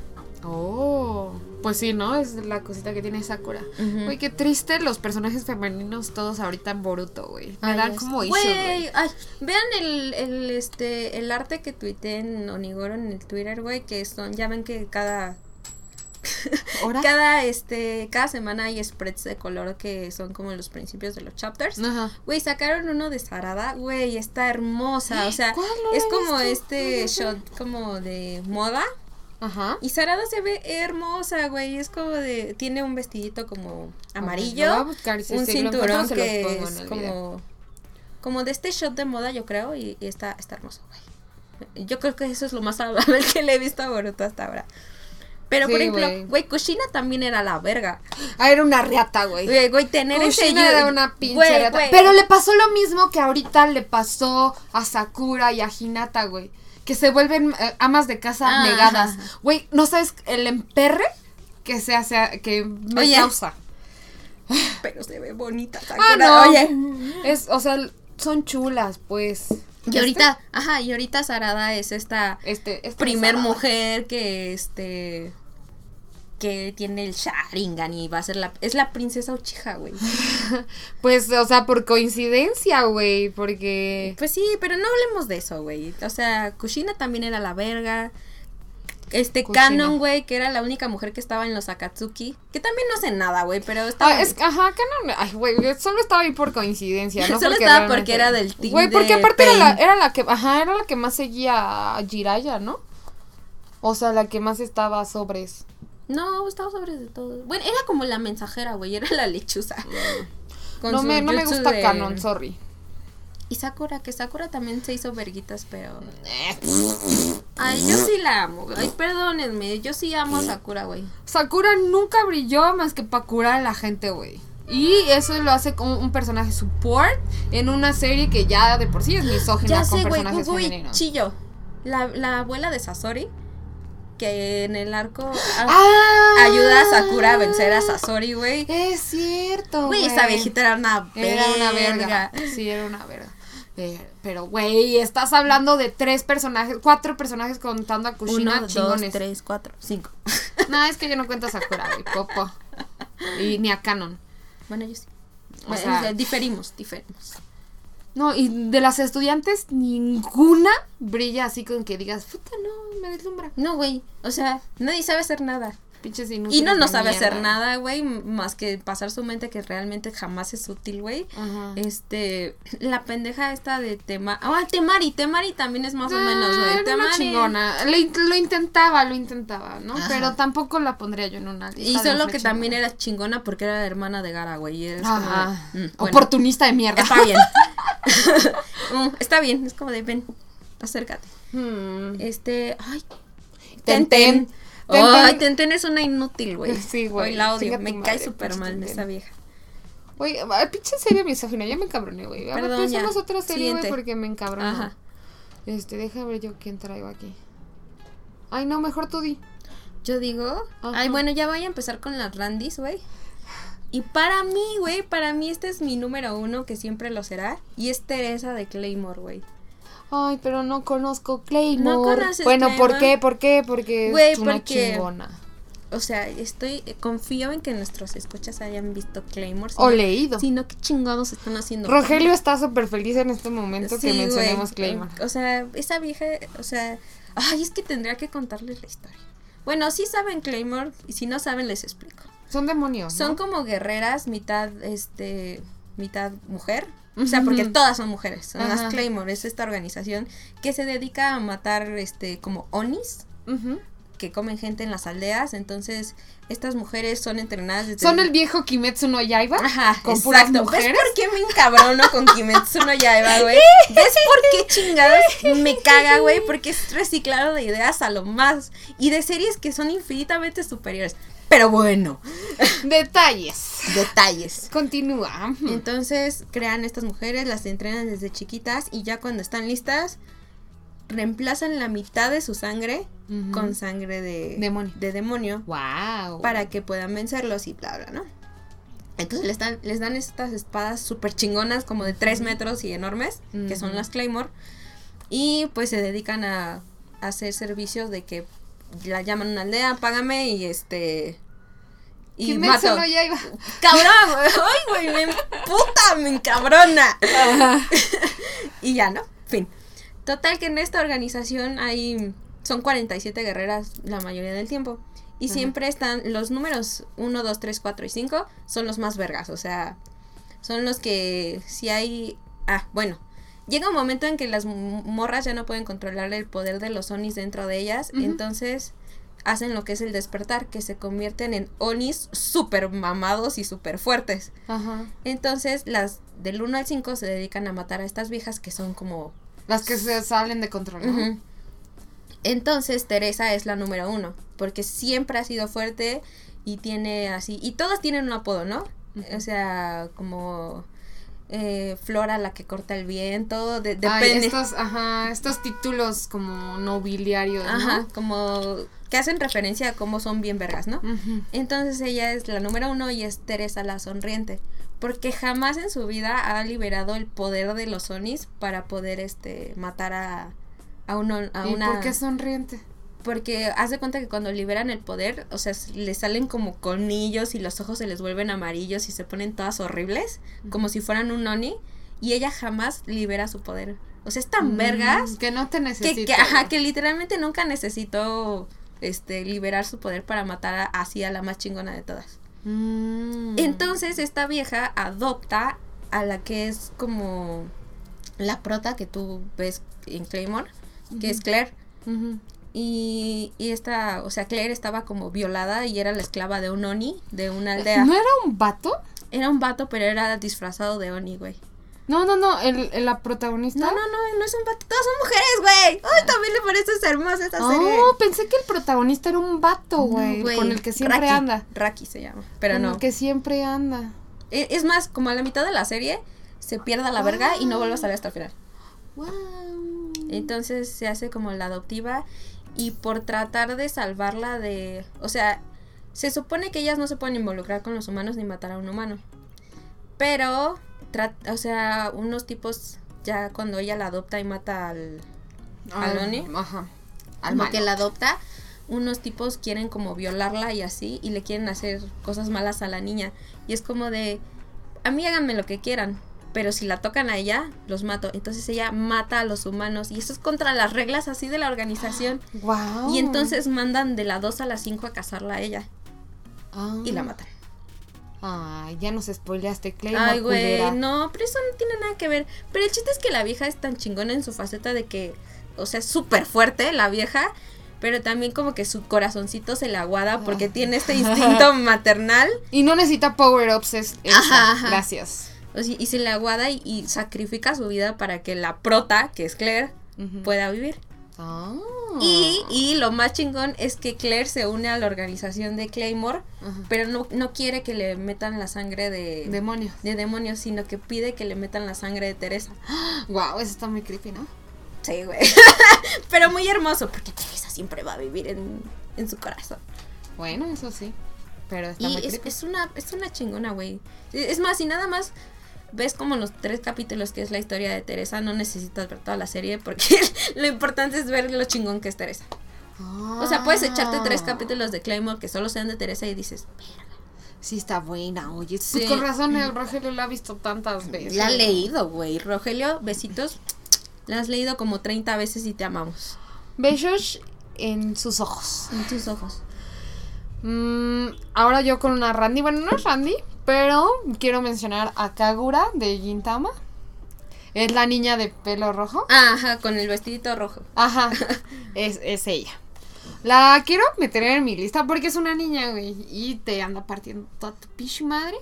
Oh, pues sí, ¿no? Es la cosita que tiene Sakura. Güey, uh-huh. qué triste los personajes femeninos todos ahorita en Boruto, güey. Me ay, dan como issues, güey. Ay, vean el, el, este, el arte que tuiteé en Onigoro en el Twitter, güey, que son, ya ven que cada... ¿Hora? Cada este cada semana hay spreads de color que son como los principios de los chapters. Güey, sacaron uno de Sarada, güey, está hermosa, o sea, es como este ¿Cuál shot como de moda. Ajá. Y Sarada se ve hermosa, güey, es como de tiene un vestidito como amarillo, a buscar, si un cinturón que es como video. Como de este shot de moda, yo creo, y, y está está hermoso, güey. Yo creo que eso es lo más saludable que le he visto a Boruto hasta ahora. Pero, sí, por ejemplo, güey, Kushina también era la verga. Ah, era una reata, güey. Güey, güey, tener Kushina ese... era una pinche reata. Pero le pasó lo mismo que ahorita le pasó a Sakura y a Hinata, güey. Que se vuelven eh, amas de casa ah, negadas. Güey, ¿no sabes el emperre que se hace, que me Oye. causa? Pero se ve bonita, Sakura. Ah, no. Oye. Es, o sea, son chulas, pues. Y ahorita, este? ajá, y ahorita Sarada es esta este, este primer Sarada. mujer que este que tiene el Sharingan y va a ser la es la princesa Uchiha, güey. Pues, o sea, por coincidencia, güey, porque pues sí, pero no hablemos de eso, güey. O sea, Kushina también era la verga. Este Kushina. Kanon, güey, que era la única mujer que estaba en los Akatsuki, que también no sé nada, güey, pero estaba... Ah, es, ajá, Kanon, ay, güey, solo estaba ahí por coincidencia, ¿no? Solo porque estaba porque era del team Güey, porque aparte era la, era la que, ajá, era la que más seguía a Jiraiya, ¿no? O sea, la que más estaba sobres. No, estaba sobres de todo. Bueno, era como la mensajera, güey, era la lechuza. Con no, me, no me gusta de... Kanon, sorry. Y Sakura, que Sakura también se hizo verguitas, pero... Ay, yo sí la amo. Ay, perdónenme, yo sí amo a Sakura, güey. Sakura nunca brilló más que para curar a la gente, güey. Y eso lo hace como un personaje support en una serie que ya de por sí es misógina con sé, personajes wey, femeninos. Chillo, la, la abuela de Sasori, que en el arco a, ah, ayuda a Sakura a vencer a Sasori, güey. Es cierto, güey. Güey, esa viejita era una verga. Era una verga. Sí, era una verga. Pero, güey, estás hablando de tres personajes, cuatro personajes contando a Kushina. Uno, chingones. Dos, tres, cuatro, cinco. No, es que yo no cuento a Sakura, güey, popo. Y ni a Kanon. Bueno, yo sí. O sea, diferimos, diferimos. No, y de las estudiantes, ninguna brilla así con que digas, puta, no, me deslumbra. No, güey, o sea, nadie sabe hacer nada. Pinches inútiles. Y no no sabe mierda. hacer nada, güey, más que pasar su mente, que realmente jamás es útil, güey. Este, la pendeja esta de Temari. Ah, oh, Temari, Temari también es más ah, o menos, güey. Temari. Una chingona. Lo, lo intentaba, lo intentaba, ¿no? Ajá. Pero tampoco la pondría yo en una lista. Y solo que chingona. También era chingona porque era la hermana de Gara, güey. Y eres Ajá. como de, mm, bueno, oportunista de mierda. Está bien. mm, está bien, es como de, ven, acércate. Hmm. Este, ay, Ten Ten. Ten, oh, ay, Ten Ten es una inútil, güey. Sí, güey. La odio, me cae súper mal esa vieja. Güey, pinche serie misógina, ya me encabroné, güey. A ver, pensemos otra serie, güey, porque me encabroné. Ajá. Este, deja ver yo quién traigo aquí. Ay, no, mejor tú di. Yo digo, ajá. Ay, bueno, ya voy a empezar con las Randys, güey. Y para mí, güey, para mí este es mi número uno, que siempre lo será. Y es Teresa de Claymore, güey. Ay, pero no conozco Claymore. No conoces Bueno, Claymore. ¿por qué? ¿Por qué? Porque Güey, es una porque chingona. o sea, estoy, confío en que nuestros escuchas hayan visto Claymore. O leído. Si no, ¿qué chingados están haciendo? Rogelio está súper feliz en este momento sí, que mencionemos güey. Claymore. O sea, esa vieja, o sea, ay, es que tendría que contarles la historia. Bueno, sí saben Claymore, y si no saben les explico. Son demonios, ¿no? Son como guerreras, mitad, este, mitad mujer. O sea, porque todas son mujeres, son Ajá. las Claymore, es esta organización que se dedica a matar, este, como onis, uh-huh. que comen gente en las aldeas. Entonces, estas mujeres son entrenadas desde... Son el viejo Kimetsu no Yaiba. Ajá, con exacto. puras mujeres. ¿Ves por qué me encabrono con Kimetsu no Yaiba, güey? ¿Ves por qué chingados me caga, güey? Porque es reciclado de ideas a lo más, y de series que son infinitamente superiores. Pero bueno. Detalles. Detalles. Continúa. Entonces crean estas mujeres, las entrenan desde chiquitas y ya cuando están listas reemplazan la mitad de su sangre uh-huh. con sangre de demonio. de demonio. Wow. Para que puedan vencerlos y bla bla, ¿no? Entonces les dan, les dan estas espadas súper chingonas como de tres metros y enormes, uh-huh. que son las Claymore. Y pues se dedican a, a hacer servicios de que la llaman a una aldea, págame y este y Kimetsu mato. no Yaiba. Cabrón, güey. Ay, güey, me puta, me encabrona. Y ya, ¿no? Fin. Total que en esta organización hay son cuarenta y siete guerreras la mayoría del tiempo y Ajá. siempre están los números uno, dos, tres, cuatro y cinco son los más vergas, o sea, son los que si hay ah, bueno, llega un momento en que las morras ya no pueden controlar el poder de los onis dentro de ellas, uh-huh. entonces hacen lo que es el despertar, que se convierten en onis súper mamados y súper fuertes. Uh-huh. Entonces las del uno al cinco se dedican a matar a estas viejas que son como... Las que se salen de control, ¿no? Uh-huh. Entonces Teresa es la número uno, porque siempre ha sido fuerte y tiene así... Y todas tienen un apodo, ¿no? Uh-huh. O sea, como... Eh, Flora la que corta el viento, de, depende. Ay, estos, ajá, estos títulos como nobiliarios, ¿no? Ajá, como que hacen referencia a cómo son bien vergas, ¿no? Uh-huh. Entonces ella es la número uno y es Teresa la sonriente, porque jamás en su vida ha liberado el poder de los onis para poder este matar a, a, uno, a ¿Y una... por qué sonriente? Porque haz de cuenta que cuando liberan el poder, o sea, le salen como colmillos y los ojos se les vuelven amarillos y se ponen todas horribles, uh-huh. como si fueran un oni, y ella jamás libera su poder. O sea, es tan mm, vergas que no te necesita. Que, que, ajá, que literalmente nunca necesitó este liberar su poder para matar a, así a la más chingona de todas. Mm. Entonces esta vieja adopta a la que es como la prota que tú ves en Claymore, uh-huh. que es Claire. Uh-huh. Y, y esta, o sea, Claire estaba como violada y era la esclava de un oni, de una aldea. ¿No era un vato? Era un vato, pero era disfrazado de oni, güey. No, no, no, el, el, la protagonista. No, no, no, no es un vato, todas son mujeres, güey. Ay, también le parece hermosa esta oh, serie. No, pensé que el protagonista era un vato, güey, no, con el que siempre Raki, anda. Raki se llama, pero con no. Con el que siempre anda. Es, es más, como a la mitad de la serie, se pierde la verga oh. y no vuelve a salir hasta el final. Wow. Entonces se hace como la adoptiva. Y por tratar de salvarla de... O sea, se supone que ellas no se pueden involucrar con los humanos ni matar a un humano. Pero, tra- o sea, unos tipos ya cuando ella la adopta y mata al... Al Oni. Ajá. Al como que la adopta, unos tipos quieren como violarla y así, y le quieren hacer cosas malas a la niña. Y es como de, a mí háganme lo que quieran, pero si la tocan a ella, los mato. Entonces ella mata a los humanos. Y eso es contra las reglas así de la organización. Wow. Y entonces mandan de la dos a la cinco a cazarla a ella. Oh. Y la matan. Ay, ya nos spoileaste, Claymore. Ay, güey, no, pero eso no tiene nada que ver. Pero el chiste es que la vieja es tan chingona en su faceta de que, o sea, es súper fuerte la vieja, pero también como que su corazoncito se le aguada porque oh. tiene este instinto maternal. Y no necesita power-ups, es esa. Ajá, ajá. Gracias. O sea, y se le aguada y, y sacrifica su vida para que la prota, que es Claire, uh-huh. pueda vivir. Oh. Y, y lo más chingón es que Claire se une a la organización de Claymore, uh-huh. pero no, no quiere que le metan la sangre de demonios. de demonios, sino que pide que le metan la sangre de Teresa. Wow, eso está muy creepy, ¿no? Sí, güey. Pero muy hermoso, porque Teresa siempre va a vivir en, en su corazón. Bueno, eso sí. Pero está y muy es, creepy. es una, es una chingona, güey. Es más, y nada más ves como los tres capítulos que es la historia de Teresa, no necesitas ver toda la serie porque lo importante es ver lo chingón que es Teresa. Ah. O sea, puedes echarte tres capítulos de Claymore que solo sean de Teresa y dices, sí está buena, oye. Sí. Pues con razón el Rogelio la ha visto tantas veces. la has leído, güey. Rogelio, besitos. La has leído como treinta veces y te amamos. Besos en sus ojos. En tus ojos. Mm, ahora yo con una Randy. Bueno, no es Randy, pero quiero mencionar a Kagura de Gintama. Es la niña de pelo rojo. Ajá, con el vestidito rojo. Ajá, es, es ella. La quiero meter en mi lista porque es una niña, güey, y te anda partiendo toda tu pinche madre.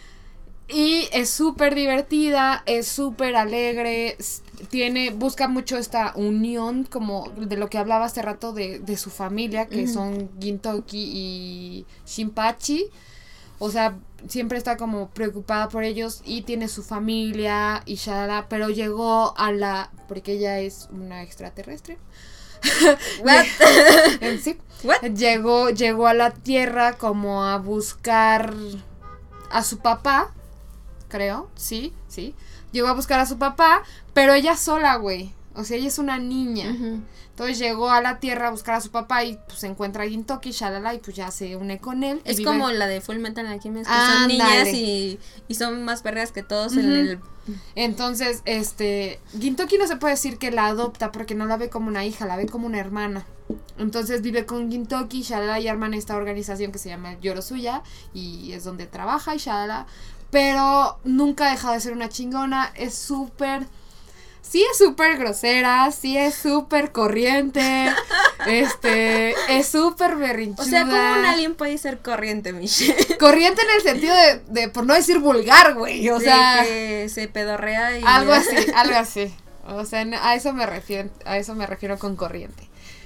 Y es súper divertida, es súper alegre, tiene, busca mucho esta unión, como de lo que hablaba hace rato de, de su familia, que uh-huh. son Gintoki y Shinpachi. O sea, siempre está como preocupada por ellos y tiene su familia y shalala, pero llegó a la, porque ella es una extraterrestre. What? Sí. What? Llegó, llegó a la Tierra como a buscar a su papá, creo, sí, sí. Llegó a buscar a su papá, pero ella sola, güey. O sea, ella es una niña. Uh-huh. Entonces llegó a la Tierra a buscar a su papá y pues se encuentra a Gintoki, shalala, y pues ya se une con él. Es vive... como la de Full Metal Alchemist, que ah, son niñas dale. y, y son más vergas que todos uh-huh. en el... Entonces, este, Gintoki no se puede decir que la adopta porque no la ve como una hija, la ve como una hermana. Entonces vive con Gintoki, shalala, y arman esta organización que se llama Yorosuya y es donde trabaja y shalala. Pero nunca ha dejado de ser una chingona, es súper... Sí es súper grosera, sí es súper corriente, este, es súper berrinchuda. O sea, ¿cómo un alien puede ser corriente, Michelle? Corriente en el sentido de, de por no decir vulgar, güey, o de sea. que se pedorrea y... Algo así, algo así. O sea, a eso me refiero, a eso me refiero con corriente.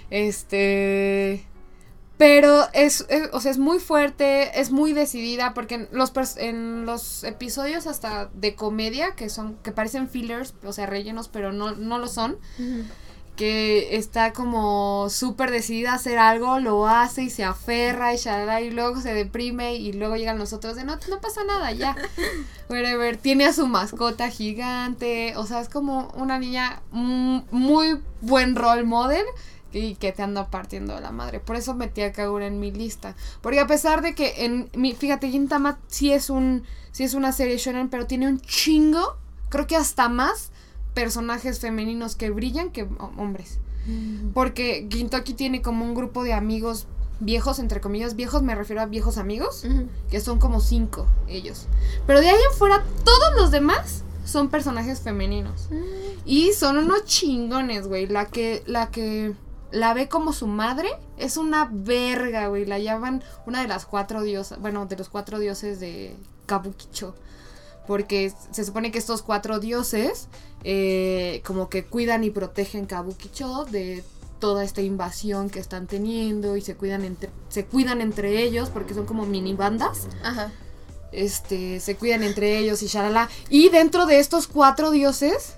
Este... Pero es, es, o sea, es muy fuerte, es muy decidida, porque en los, pers- en los episodios hasta de comedia, que son, que parecen fillers, o sea, rellenos, pero no, no lo son, uh-huh. que está como súper decidida a hacer algo, lo hace y se aferra y shalala, y luego se deprime y luego llegan los otros de no, no pasa nada, ya, whatever, tiene a su mascota gigante, o sea, es como una niña mm, muy buen role model, y que te anda partiendo la madre. Por eso metí a Kagura en mi lista. Porque a pesar de que en mi, fíjate, Gintama sí es un sí es una serie shonen, pero tiene un chingo, creo que hasta más personajes femeninos que brillan que hombres. Mm. Porque Gintoki tiene como un grupo de amigos viejos, entre comillas, viejos, me refiero a viejos amigos, uh-huh. que son como cinco ellos. Pero de ahí en fuera, todos los demás son personajes femeninos. Uh-huh. Y son unos chingones, güey. La que, la que la ve como su madre es una verga, güey. La llaman una de las cuatro diosas, bueno, de los cuatro dioses de Kabukicho. Porque se supone que estos cuatro dioses eh, como que cuidan y protegen Kabukicho de toda esta invasión que están teniendo y se cuidan entre, se cuidan entre ellos porque son como mini bandas. Ajá. Este, se cuidan entre ellos y shalala. Y dentro de estos cuatro dioses,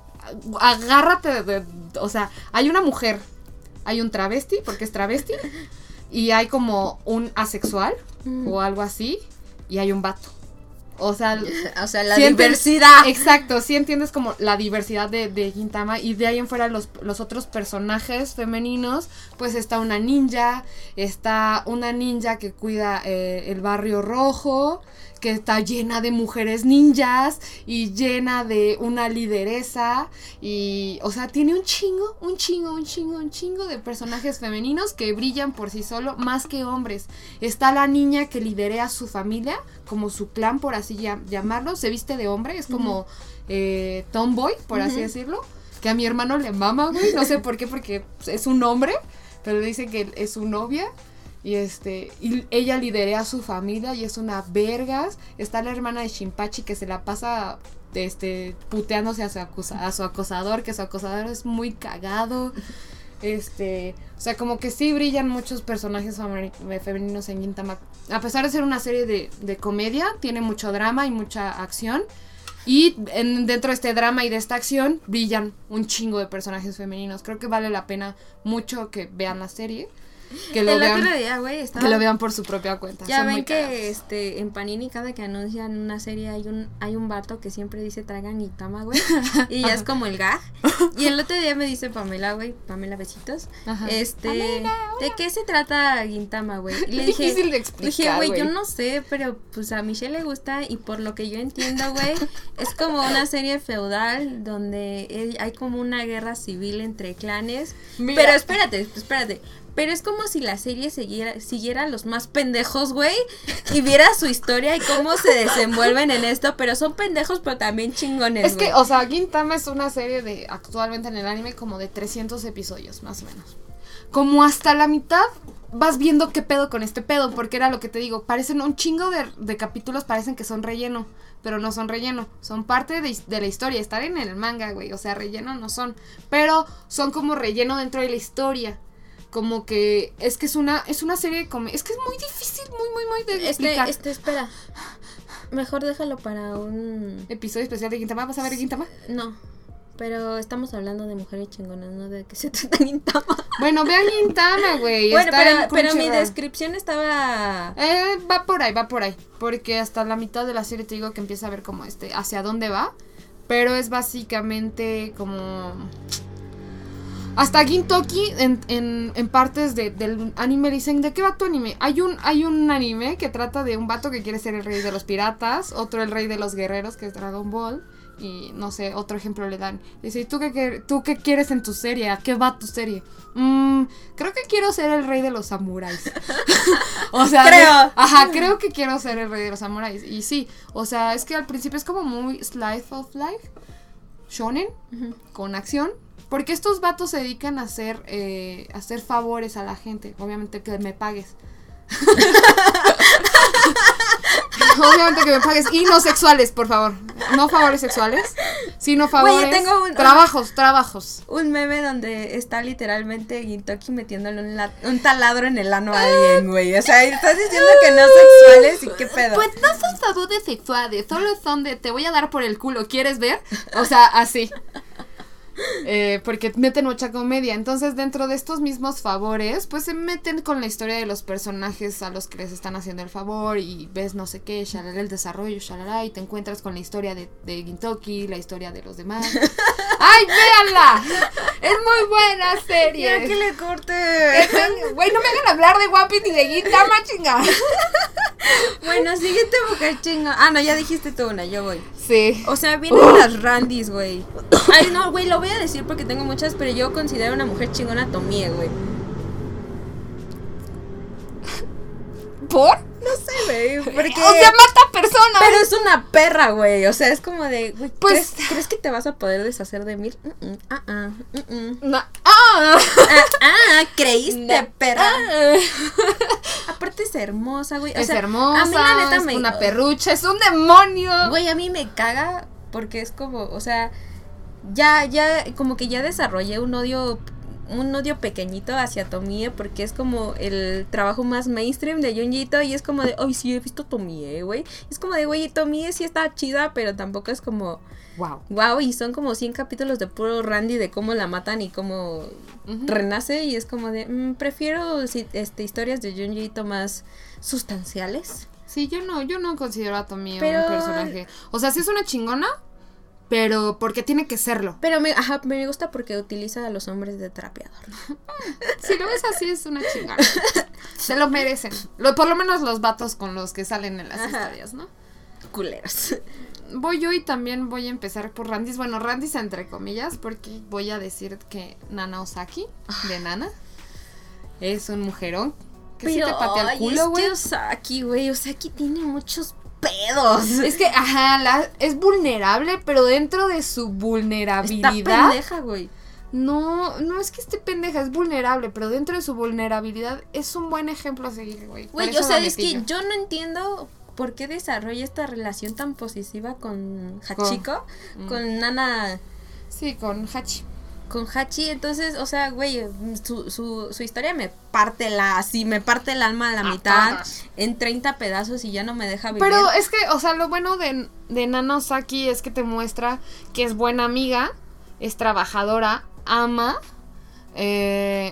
agárrate de, de, o sea, hay una mujer, hay un travesti, porque es travesti, y hay como un asexual mm. o algo así, y hay un vato. O sea, o sea, la ¿sí diversidad. Entiendes? Exacto, sí entiendes como la diversidad de, de Gintama. Y de ahí en fuera los, los otros personajes femeninos, pues está una ninja, está una ninja que cuida eh, el barrio rojo, que está llena de mujeres ninjas y llena de una lideresa. Y, o sea, tiene un chingo, un chingo, un chingo, un chingo de personajes femeninos que brillan por sí solo más que hombres. Está la niña que liderea a su familia, como su clan, por así llamarlo, se viste de hombre, es como uh-huh. eh, tomboy, por uh-huh. así decirlo, que a mi hermano le mama, güey, no sé por qué, porque es un hombre, pero le dice que es su novia, y este, y ella liderea a su familia, y es una vergas. Está la hermana de Shinpachi, que se la pasa, este, puteándose a su, acusa- a su acosador, que su acosador es muy cagado. Este, o sea, como que sí brillan muchos personajes femeninos en Gintama. A pesar de ser una serie de, de comedia, tiene mucho drama y mucha acción. Y en, dentro de este drama y de esta acción, brillan un chingo de personajes femeninos. Creo que vale la pena mucho que vean la serie. que lo el vean. otro día, güey, estaba... Que lo vean por su propia cuenta. Ya Son ven muy que cagados. este en Panini cada que anuncian una serie hay un hay un vato que siempre dice traigan Gintama, güey. Y ya es como el gag. Y el otro día me dice Pamela, güey, Pamela besitos. Ajá. Este, Pamela, ¿de qué se trata Gintama, güey? Y le Es dije, difícil de dije, explicar, güey, güey. yo no sé, pero pues a Michelle le gusta y por lo que yo entiendo, güey, es como una serie feudal donde hay como una guerra civil entre clanes. Mira. Pero espérate, espérate. Pero es como si la serie siguiera, siguiera a los más pendejos, güey, y viera su historia y cómo se desenvuelven en esto, pero son pendejos, pero también chingones, Es que, güey. o sea, Gintama es una serie de, actualmente en el anime, como de trescientos episodios, más o menos. Como hasta la mitad vas viendo qué pedo con este pedo, porque era lo que te digo, parecen un chingo de, de capítulos, parecen que son relleno, pero no son relleno, son parte de, de la historia, están en el manga, güey, o sea, relleno no son, pero son como relleno dentro de la historia. Como que es que es una es una serie de comedia. Es que es muy difícil, muy, muy, muy de Este, explicar. este, espera. Mejor déjalo para un... Episodio especial de Gintama. ¿Vas a ver Gintama? No, pero estamos hablando de mujeres chingonas, no de que se trata Gintama. Bueno, vean Gintama, güey. Bueno, está pero, en pero mi Crunchyroll. descripción estaba... Eh, va por ahí, va por ahí. Porque hasta la mitad de la serie te digo que empieza a ver como este, hacia dónde va. Pero es básicamente como... Hasta Gintoki en, en, en partes de, del anime dicen, ¿de qué va tu anime? Hay un, hay un anime que trata de un vato que quiere ser el rey de los piratas, otro el rey de los guerreros, que es Dragon Ball, y no sé, otro ejemplo le dan. Dice, ¿y tú qué, tú qué quieres en tu serie? ¿A qué va tu serie? Mm, creo que quiero ser el rey de los samuráis. O sea, Creo. de- ajá, creo que quiero ser el rey de los samuráis. Y sí, o sea, es que al principio es como muy slice of life, shonen, Ujú. con acción. Porque estos vatos se dedican a hacer, eh, a hacer favores a la gente. Obviamente que me pagues. Obviamente que me pagues. Y no sexuales, por favor. No favores sexuales, sino favores. Güey, yo tengo un- trabajos, trabajos. Un meme donde está literalmente Gintoki metiéndole un, la- un taladro en el ano a alguien, güey. O sea, estás diciendo que no sexuales y qué pedo. Pues no son favores sexuales, solo son de te voy a dar por el culo, ¿quieres ver? O sea, así. Eh, porque meten mucha comedia. Entonces, dentro de estos mismos favores, pues se meten con la historia de los personajes a los que les están haciendo el favor. Y ves no sé qué, shalala, el desarrollo, shalala. Y te encuentras con la historia de, de Gintoki, la historia de los demás. ¡Ay, véanla! Es muy buena serie. Ya que le corte. Güey, no me hagan hablar de One Piece ni de Gintama, chinga. Bueno, siguiente mujer chinga. Ah, no, ya dijiste tú una, yo voy. Sí. O sea, vienen las Randys, güey. Ay, no, güey, lo voy a decir porque tengo muchas, pero yo considero una mujer chingona a Tomie, güey. ¿Por? No sé, güey, porque... O sea, mata personas. Pero es una perra, güey. O sea, es como de, güey, Pues- ¿crees, ¿crees que te vas a poder deshacer de mí? Mm, mm, ah, ah, mm, mm. No. ¡Ah! Ah, ah, creíste, No. perra. Ah. Aparte es hermosa, güey. O Es sea, hermosa, a mí la neta es me... una perrucha, es un demonio. Güey, a mí me caga porque es como, o sea, ya, ya, como que ya desarrollé un odio, un odio pequeñito hacia Tomie porque es como el trabajo más mainstream de Junjito y es como de, ay, sí, he visto Tomie, güey. Es como de, güey, Tomie sí está chida, pero tampoco es como, Wow. wow, y son como cien capítulos de puro Randy de cómo la matan y cómo Ujú. renace y es como de, mm, prefiero si- este, historias de Junjito más sustanciales. Sí, yo no, yo no considero a Tomie Pero- un personaje. O sea, sí es una chingona, pero porque tiene que serlo. Pero me, ajá, me gusta porque utiliza a los hombres de trapeador. Si lo ves así, es una chingona. Se lo merecen. Lo, por lo menos los vatos con los que salen en las Ajá. historias, ¿no? Culeros. Voy yo y también voy a empezar por Randys. Bueno, Randys entre comillas, porque voy a decir que Nana Osaki, de Nana, es un mujerón que sí te patea el culo, güey. Es que Osaki, güey, Osaki tiene muchos pedos. Es que, ajá, la, es vulnerable, pero dentro de su Está vulnerabilidad. pendeja, güey. No, no es que esté pendeja, es vulnerable, pero dentro de su vulnerabilidad es un buen ejemplo a seguir, güey. Por Güey, eso o sea, la es metí que yo. yo no entiendo por qué desarrolla esta relación tan posesiva con Hachiko, Con- con Nana, Sí, con Hachi. con Hachi. Entonces, o sea, güey, su, su, su historia me parte la, así, me parte el alma a la A mitad, todas. en treinta pedazos y ya no me deja vivir. Pero es que, o sea, lo bueno de, de Nana Osaki es que te muestra que es buena amiga, es trabajadora, ama, eh,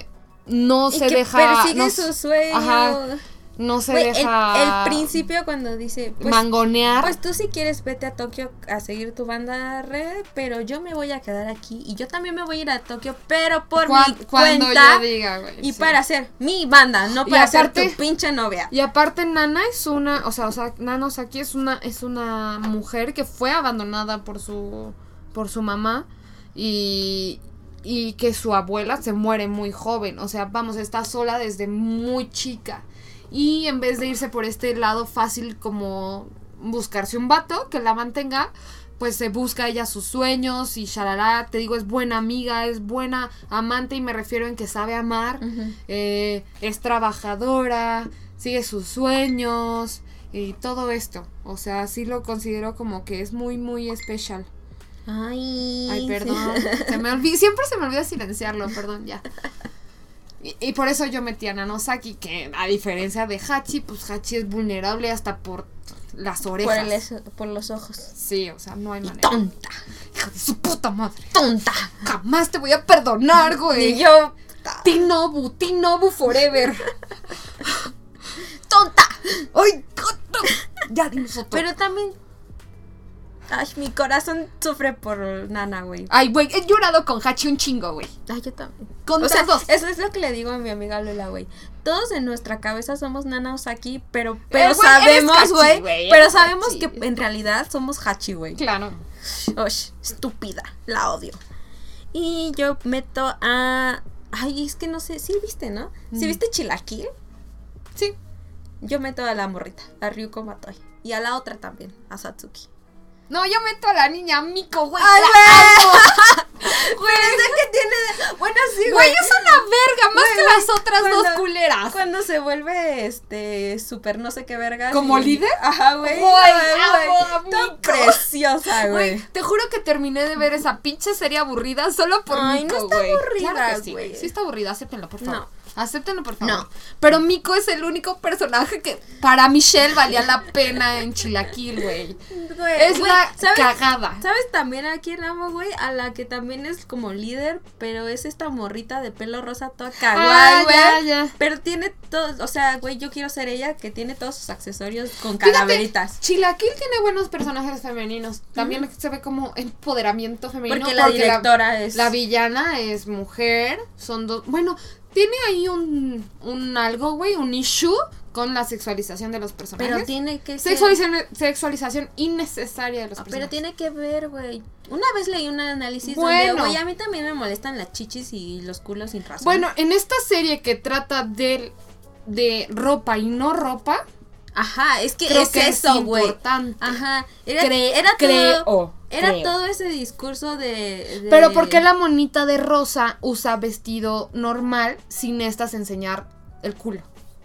no y se que deja... persigue no, su sueño. Ajá, no se Güey, deja... El, el principio cuando dice... Pues, mangonear. Pues tú si quieres vete a Tokio a seguir tu banda red, pero yo me voy a quedar aquí y yo también me voy a ir a Tokio, pero por Cuan, mi cuando cuenta yo diga, güey. y sí. para hacer mi banda, no Y para aparte- ser tu pinche novia. Y aparte Nana es una, o sea, o sea, Nana Osaki es una es una mujer que fue abandonada por su por su mamá y y que su abuela se muere muy joven, o sea, vamos, está sola desde muy chica. Y en vez de irse por este lado fácil como buscarse un vato que la mantenga, pues se busca ella sus sueños y shalala, te digo, es buena amiga, es buena amante y me refiero en que sabe amar, Uh-huh. eh, es trabajadora, sigue sus sueños y todo esto. O sea, sí lo considero como que es muy, muy especial. Ay, Ay, perdón. Se me olvida, siempre se me olvida silenciarlo, perdón, ya. Y, y por eso yo metí a Nanosaki, que a diferencia de Hachi, pues Hachi es vulnerable hasta por las orejas. Por, el eso- por los ojos. Sí, o sea, no hay Y manera. tonta, Hija de su puta madre. tonta. Jamás te voy a perdonar, güey. Ni yo, Tinobu, Tinobu forever. tonta. Ay, coto. Ya dimos otro. Pero también, ay, mi corazón sufre por Nana, güey. Ay, güey, he llorado con Hachi un chingo, güey. Ay, yo también. Con O sea, todos. eso es lo que le digo a mi amiga Lola, güey. Todos en nuestra cabeza somos Nana Osaki, pero, pero Eh, güey, eres sabemos, Hachi, güey. güey, Pero eres sabemos Hachi. que en realidad somos Hachi, güey. Claro. Osh, estúpida, la odio. Y yo meto a... Ay, es que no sé, sí viste, ¿no? ¿Sí Mm. viste Chilaquil? Sí. Yo meto a la morrita, a Ryuko Matoi. Y a la otra también, a Satsuki. No, yo meto a la niña Miko, güey. ¡Ay, la amo. Güey, es que tiene... Bueno, sí, güey. Güey, es una verga, más Güey, que güey, las otras cuando- dos culeras. Cuando se vuelve, este, súper no sé qué verga. ¿Como líder? Ajá, güey. Güey, Ay, amo a güey, tan Miko. preciosa, güey. Güey, te juro que terminé de ver esa pinche serie aburrida solo por Ay, Miko, no está güey. aburrida, Claro que sí, güey. güey. Sí está aburrida, acéptenlo, por favor. No. Acéptenlo, por favor. No. Pero Miko es el único personaje que para Michelle valía la pena en Chilaquil, güey. Güey, Es güey, la ¿sabes? cagada. ¿Sabes también a quién amo, güey? A la que también es como líder, pero es esta morrita de pelo rosa toda Ah, kawaii, güey. ya, ya. Pero tiene todo, o sea, güey, yo quiero ser ella, que tiene todos sus accesorios con Fíjate, calaveritas. Chilaquil tiene buenos personajes femeninos. También se ve como empoderamiento femenino. Porque la directora es... La villana es mujer. Son dos. Bueno, tiene ahí un, un algo, güey, un issue con la sexualización de los personajes. Pero tiene que ser... Sexualización, sexualización innecesaria de los Ah, personajes. pero tiene que ver, güey. Una vez leí un análisis Bueno. donde, güey, a mí también me molestan las chichis y los culos sin razón. Bueno, en esta serie que trata de, de ropa y no ropa, Ajá, es que creo es que eso, es güey. importante. Ajá, era, Cre- era creo, todo, era creo. todo ese discurso de, de- Pero ¿por qué la monita de rosa usa vestido normal sin estas enseñar el culo?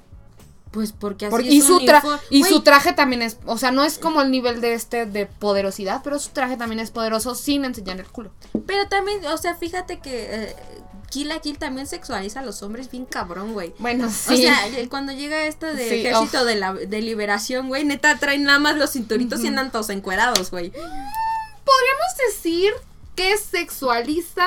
Pues porque así Porque, es y su tra- uniforme. y Güey, su traje también es, o sea, no es como el nivel de este de poderosidad, pero su traje también es poderoso sin enseñar el culo. Pero también, o sea, fíjate que eh, Kill la Kill también sexualiza a los hombres bien cabrón, güey. Bueno, sí. O sea, el- cuando llega esto de Sí, ejército oh. de la de liberación, güey, neta traen nada más los cinturitos y andan todos encuerados, güey. podríamos decir que sexualiza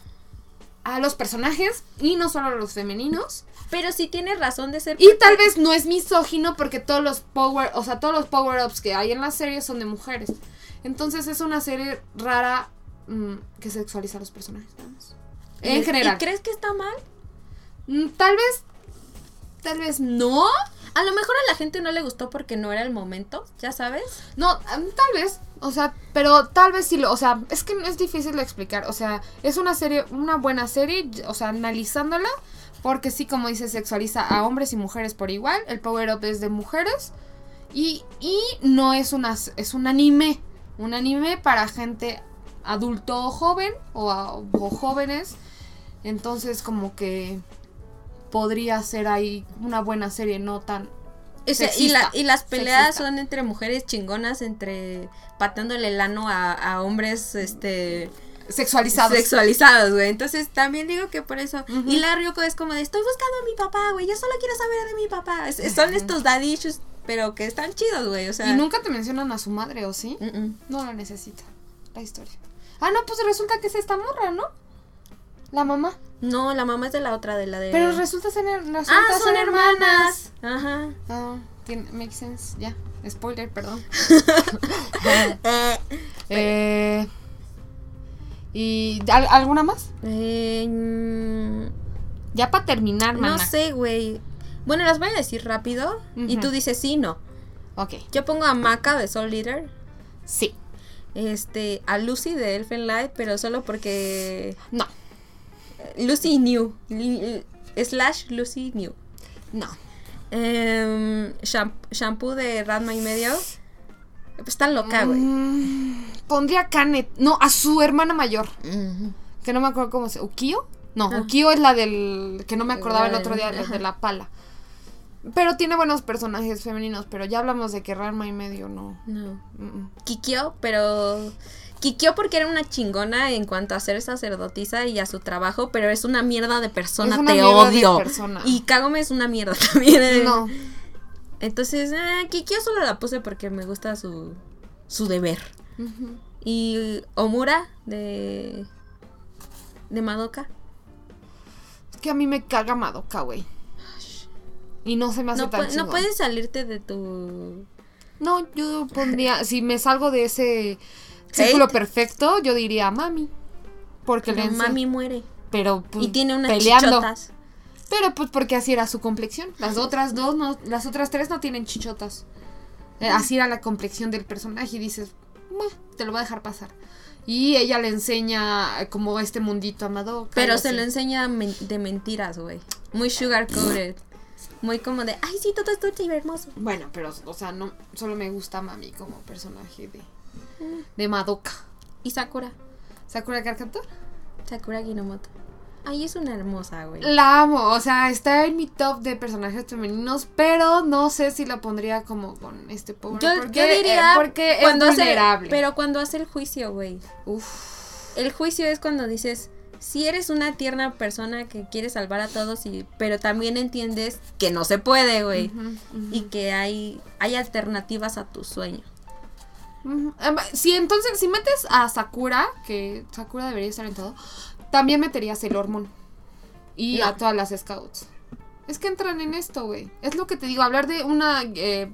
a los personajes y no solo a los femeninos. Pero sí tiene razón de ser. Y porque- tal vez no es misógino porque todos los power, o sea, todos los power-ups que hay en la serie son de mujeres. Entonces es una serie rara mmm, que sexualiza a los personajes, nada más. En ¿Y- general. ¿Y crees que está mal? Mm, tal vez, tal vez no. A lo mejor a la gente no le gustó porque no era el momento, ¿ya sabes? No, mm, tal vez, o sea, pero tal vez sí lo, o sea, es que es difícil de explicar, o sea, es una serie, una buena serie, o sea, analizándola, porque sí, como dice, sexualiza a hombres y mujeres por igual, el power up es de mujeres, y, y no es una, es un anime, un anime para gente adulto o joven, o, a- o jóvenes, entonces como que podría ser ahí una buena serie, no tan... O sea, y, Sexista, la, y las peleas sexista. son entre mujeres chingonas, entre patándole el ano a, a hombres, este... Sexualizados. Sexualizados, güey. Entonces también digo que por eso. Ujú. Y la Ryuko es como de, estoy buscando a mi papá, güey. Yo solo quiero saber de mi papá. Es- son estos daddy issues, pero que están chidos, güey. O sea. Y nunca te mencionan a su madre, ¿o sí? Mm-mm. No la necesita la historia. Ah, no, pues resulta que es esta morra, ¿no? ¿La mamá? No, la mamá es de la otra, de la de... Pero resulta ser, resulta ah, son ser hermanas. Ajá. Oh, tiene, makes sense, ya. Spoiler, perdón. eh, ¿Y ¿al, alguna más? Eh, mm, ya para terminar, mana. no sé, güey. Bueno, las voy a decir rápido. Uh-huh. Y tú dices sí, no. Ok. Yo pongo a Maka de Soul Eater. Sí. Este, a Lucy de Elfen Light, pero solo porque... No. Lucy New. Slash Lucy New. No. Um, shampoo, shampoo de Ranma y medio. Pues está loca, güey. Mm, pondría a Kanet. No, a su hermana mayor. Uh-huh. Que no me acuerdo cómo se... ¿Ukio? No, ah. Ukio es la del... Que no me acordaba el otro día, la de la pala. Pero tiene buenos personajes femeninos. Pero ya hablamos de que Ranma y medio no. No. Uh-uh. Kikyo, pero... Kikyo porque era una chingona en cuanto a ser sacerdotisa y a su trabajo, pero es una mierda de persona, una te mierda odio. De persona. Y Kagome es una mierda también. No. Entonces, eh, Kikyo solo la puse porque me gusta su, su deber. Uh-huh. Y Omura de de Madoka. Es que a mí me caga Madoka, güey. Y no se me hace no tan pu- chingón. No puedes salirte de tu... No, yo pondría... si me salgo de ese círculo perfecto, yo diría mami. Porque Pero le mami muere. Pero pues, y tiene unas peleando. chichotas. Pero pues porque así era su complexión. Las otras dos, no, las otras tres no tienen chichotas. Eh, así era la complexión del personaje y dices, te lo voy a dejar pasar. Y ella le enseña como este mundito a Madoka. Pero se lo enseña men- de mentiras, güey. Muy sugar coated. Muy como de, ay, sí, todo es dulce y hermoso. Bueno, pero, o sea, no solo me gusta Mami como personaje de, de Madoka. ¿Y Sakura? ¿Sakura Card Captor? Sakura Kinomoto. Ay, es una hermosa, güey. La amo, o sea, está en mi top de personajes femeninos, pero no sé si la pondría como con este pobre. Yo, porque, yo diría, eh, porque cuando es hace, vulnerable. pero cuando hace el juicio, güey. Uf. El juicio es cuando dices, si eres una tierna persona que quiere salvar a todos, y pero también entiendes que no se puede, güey. Uh-huh, uh-huh. Y que hay, hay alternativas a tu sueño. Uh-huh. Si entonces, si metes a Sakura, que Sakura debería estar en todo, también metería a Sailor Moon. Y no. a todas las scouts. Es que entran en esto, güey. Es lo que te digo, hablar de una eh,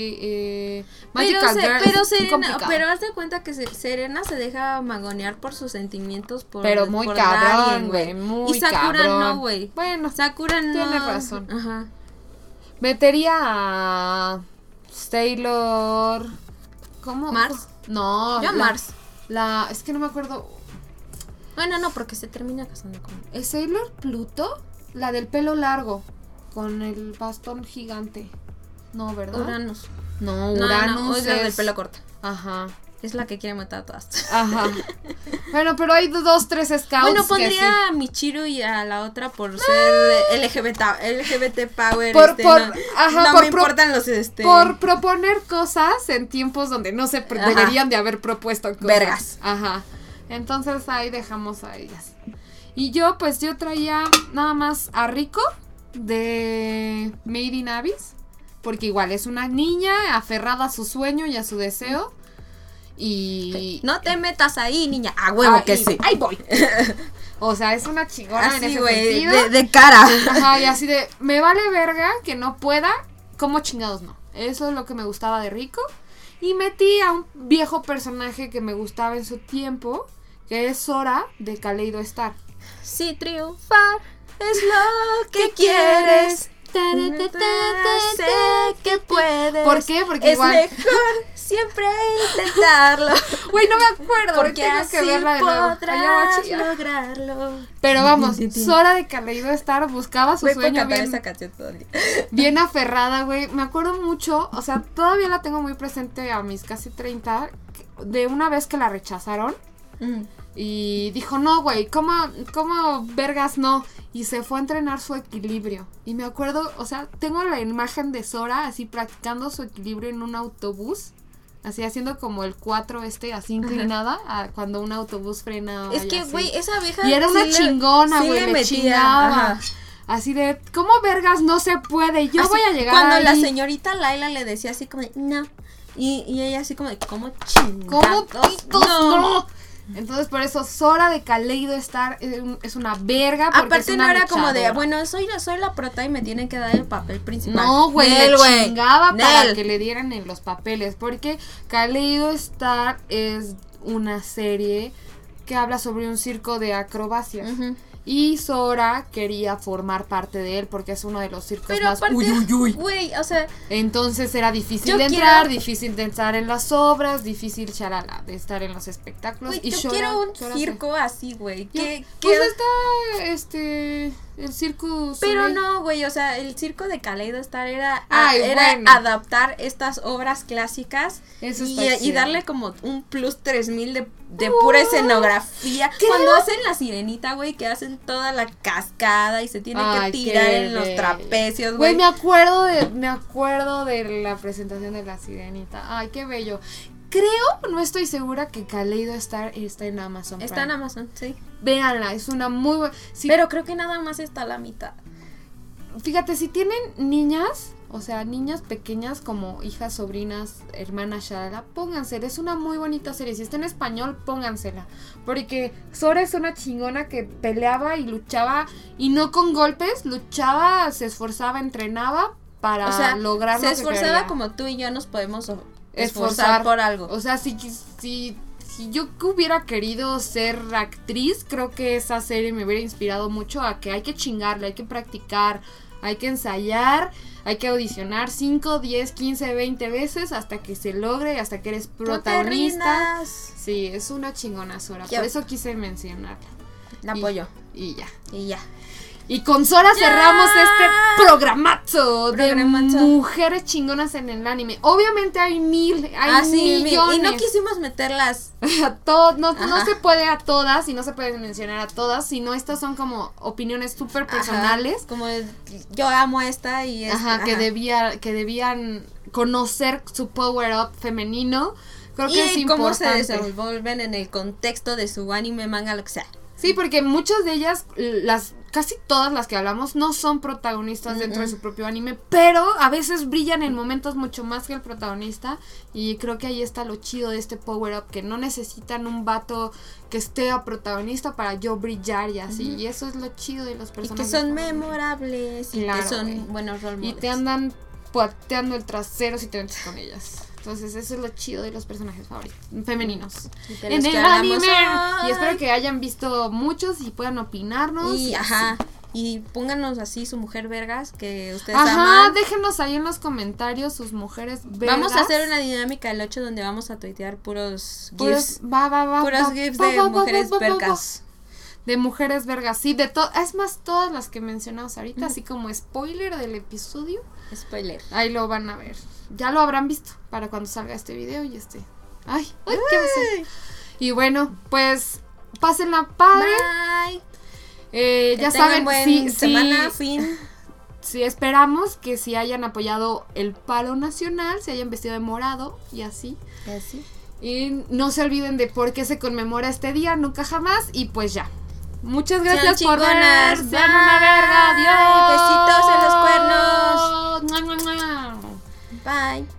eh, Magical pero se, Girl pero es Serena, complicado. pero haz de cuenta que se, Serena se deja magonear por sus sentimientos por Pero muy por cabrón, Darien, güey, muy y Sakura cabrón. no, güey. Bueno, Sakura no. tienes razón. Ajá. Metería a Sailor... ¿Cómo? Mars. No. Yo a la, Mars. La, es que no me acuerdo. Bueno, no, porque se termina casando con... ¿Es Sailor Pluto? La del pelo largo, con el bastón gigante. No, ¿verdad? Uranus. No, No, Uranus no, es la es... del pelo corto. Ajá. Es la que quiere matar a todas. Ajá. Bueno, pero hay dos, tres scouts. Bueno, que pondría sí. a Michiru y a la otra por ser L G B T, L G B T power. Por, este, por, no ajá, no por me pro- importan los este. Por proponer cosas en tiempos donde no se pre- Ajá. deberían de haber propuesto cosas. Vergas. Ajá. Entonces ahí dejamos a ellas. Y yo, pues yo traía nada más a Rico de Made in Abyss. Porque igual es una niña aferrada a su sueño y a su deseo. Y... No te metas ahí, niña. A huevo Ahí- que sí. Ahí voy. O sea, es una chingona en Así, ese güey, sentido. de, de cara. Ajá, y así de, me vale verga que no pueda, como chingados no. Eso es lo que me gustaba de Rico. Y metí a un viejo personaje que me gustaba en su tiempo, que es Sora de Kaleido Star. Si triunfar es lo que quieres. Ta, ta, ta, ta, ta, sé que puedes. ¿Por qué? Porque es igual... mejor siempre intentarlo. Güey, no me acuerdo. Porque tengo así que verla de nuevo. Allá voy a podrás chillar. lograrlo. Pero vamos, Sora de Kaleido Star buscaba su Voy por sueño cantar bien, esa canción todo el día. bien aferrada, güey. Me acuerdo mucho, o sea, todavía la tengo muy presente a mis casi treinta, de una vez que la rechazaron. Mm. Y dijo, no, güey, ¿cómo, ¿cómo vergas no? Y se fue a entrenar su equilibrio. Y me acuerdo, o sea, tengo la imagen de Sora así practicando su equilibrio en un autobús. Así haciendo como el cuatro este, así inclinada, a cuando un autobús frena. Es y que, así. güey, esa vieja. Y era una sí le- chingona, sí güey, le le metía, chingaba. ajá. Así de, ¿cómo vergas no se puede? Yo Así, voy a llegar Cuando ahí. la señorita Laila le decía así como de, no. Y, y ella así como de, ¿cómo chingados? ¿Cómo pitos? No. Entonces, por eso Sora de Kaleido Star es una verga. Aparte es una no era luchadora. como de, bueno, soy, soy la prota y me tienen que dar el papel principal. No, güey, Nel, le güey. chingaba Nel. para que le dieran en los papeles. Porque Kaleido Star es una serie que habla sobre un circo de acrobacias. Uh-huh. Y Sora quería formar parte de él porque es uno de los circos Pero más aparte, uy, uy, uy. Güey, o sea, Entonces era difícil yo de entrar, quiero- difícil de estar en las obras, difícil charala, de estar en los espectáculos. güey, y yo Sora- quiero un Sora circo así, güey. se- Que, Pues que- está este el circo Pero Soleil. no, güey, o sea, el circo de Kaleido Star era, Ay, era bueno. adaptar estas obras clásicas Eso y, está y chido. darle como un plus tres mil de, de pura escenografía. creo- Cuando hacen la sirenita, güey, que hacen toda la cascada y se tiene Ay, que tirar qué en los bello. trapecios, Güey, güey. me acuerdo de me acuerdo de la presentación de la sirenita. Ay, qué bello. Creo, no estoy segura que Kaleido Star está en Amazon. Está en Prime. Amazon, sí. Véanla, es una muy buena. Pero creo que nada más está a la mitad. Fíjate, si tienen niñas, o sea, niñas pequeñas como hijas, sobrinas, hermanas, shalala, póngansela. Es una muy bonita serie. Si está en español, póngansela. Porque Sora es una chingona que peleaba y luchaba, y no con golpes, luchaba, se esforzaba, entrenaba para O sea, lograr se lo que esforzaba quería. como tú y yo nos podemos o- Esforzar. esforzar por algo. O sea, si, si, si yo hubiera querido ser actriz, creo que esa serie me hubiera inspirado mucho a que hay que chingarle, hay que practicar, hay que ensayar, hay que audicionar cinco, diez, quince, veinte veces hasta que se logre, hasta que eres No te protagonista. rindas. Sí, es una chingona Sora, Yo- por eso quise mencionarla. La Y- apoyo. Y ya. Y ya. Y con Sora ¡Ya! cerramos este programazo, Programazo. de mujeres chingonas en el anime. Obviamente hay mil, hay Ah, sí, mi- millones. y no quisimos meterlas. A to- no, no Ajá. se puede a todas y no se puede mencionar a todas, sino estas son como opiniones súper personales. Ajá, como el- yo amo esta y esta. Ajá, que debía, que debían conocer su power up femenino. Creo que es Y cómo se importante. desenvuelven en el contexto de su anime, manga, lo que sea. Sí, porque muchas de ellas, las casi todas las que hablamos, no son protagonistas Mm, dentro de mm. su propio anime, pero a veces brillan en momentos mucho más que el protagonista. Y creo que ahí está lo chido de este power up, que no necesitan un vato que esté a protagonista para yo brillar y así. Ujú. Y eso es lo chido de los Y personajes. que son favoritos. memorables y Claro, que son güey. buenos role Y models. te andan pateando el trasero si te metes con ellas. Entonces eso es lo chido de los personajes favoritos femeninos Y de en los el que hablamos anime. hoy. Y espero que hayan visto muchos y puedan opinarnos. Y, así. ajá, y pónganos así su mujer vergas que ustedes Ajá, aman. déjenos ahí en los comentarios sus mujeres vergas. Vamos a hacer una dinámica el ocho donde vamos a tuitear puros Puros, gifs. va, va, va, Puros va, gifs va, de va, va, mujeres va, va, va, va. vergas. De mujeres vergas, sí, de todo. Es más, todas las que mencionamos ahorita, Ujú. así como spoiler del episodio. Spoiler. Ahí lo van a ver. Ya lo habrán visto para cuando salga este video y este. Ay, ay, qué emoción. Y bueno, pues pásenla padre. Bye. Eh, Que ya tengan saben, buen sí, semana, sí, fin. sí, esperamos que si hayan apoyado el paro nacional, se hayan vestido de morado y así. Así. Y no se olviden de por qué se conmemora este día, nunca jamás. Y pues ya. Muchas Sean gracias por ver. chingonas. Sean una verga. Bye. Adiós. Besitos en los cuernos. Mua, mua, mua. Bye.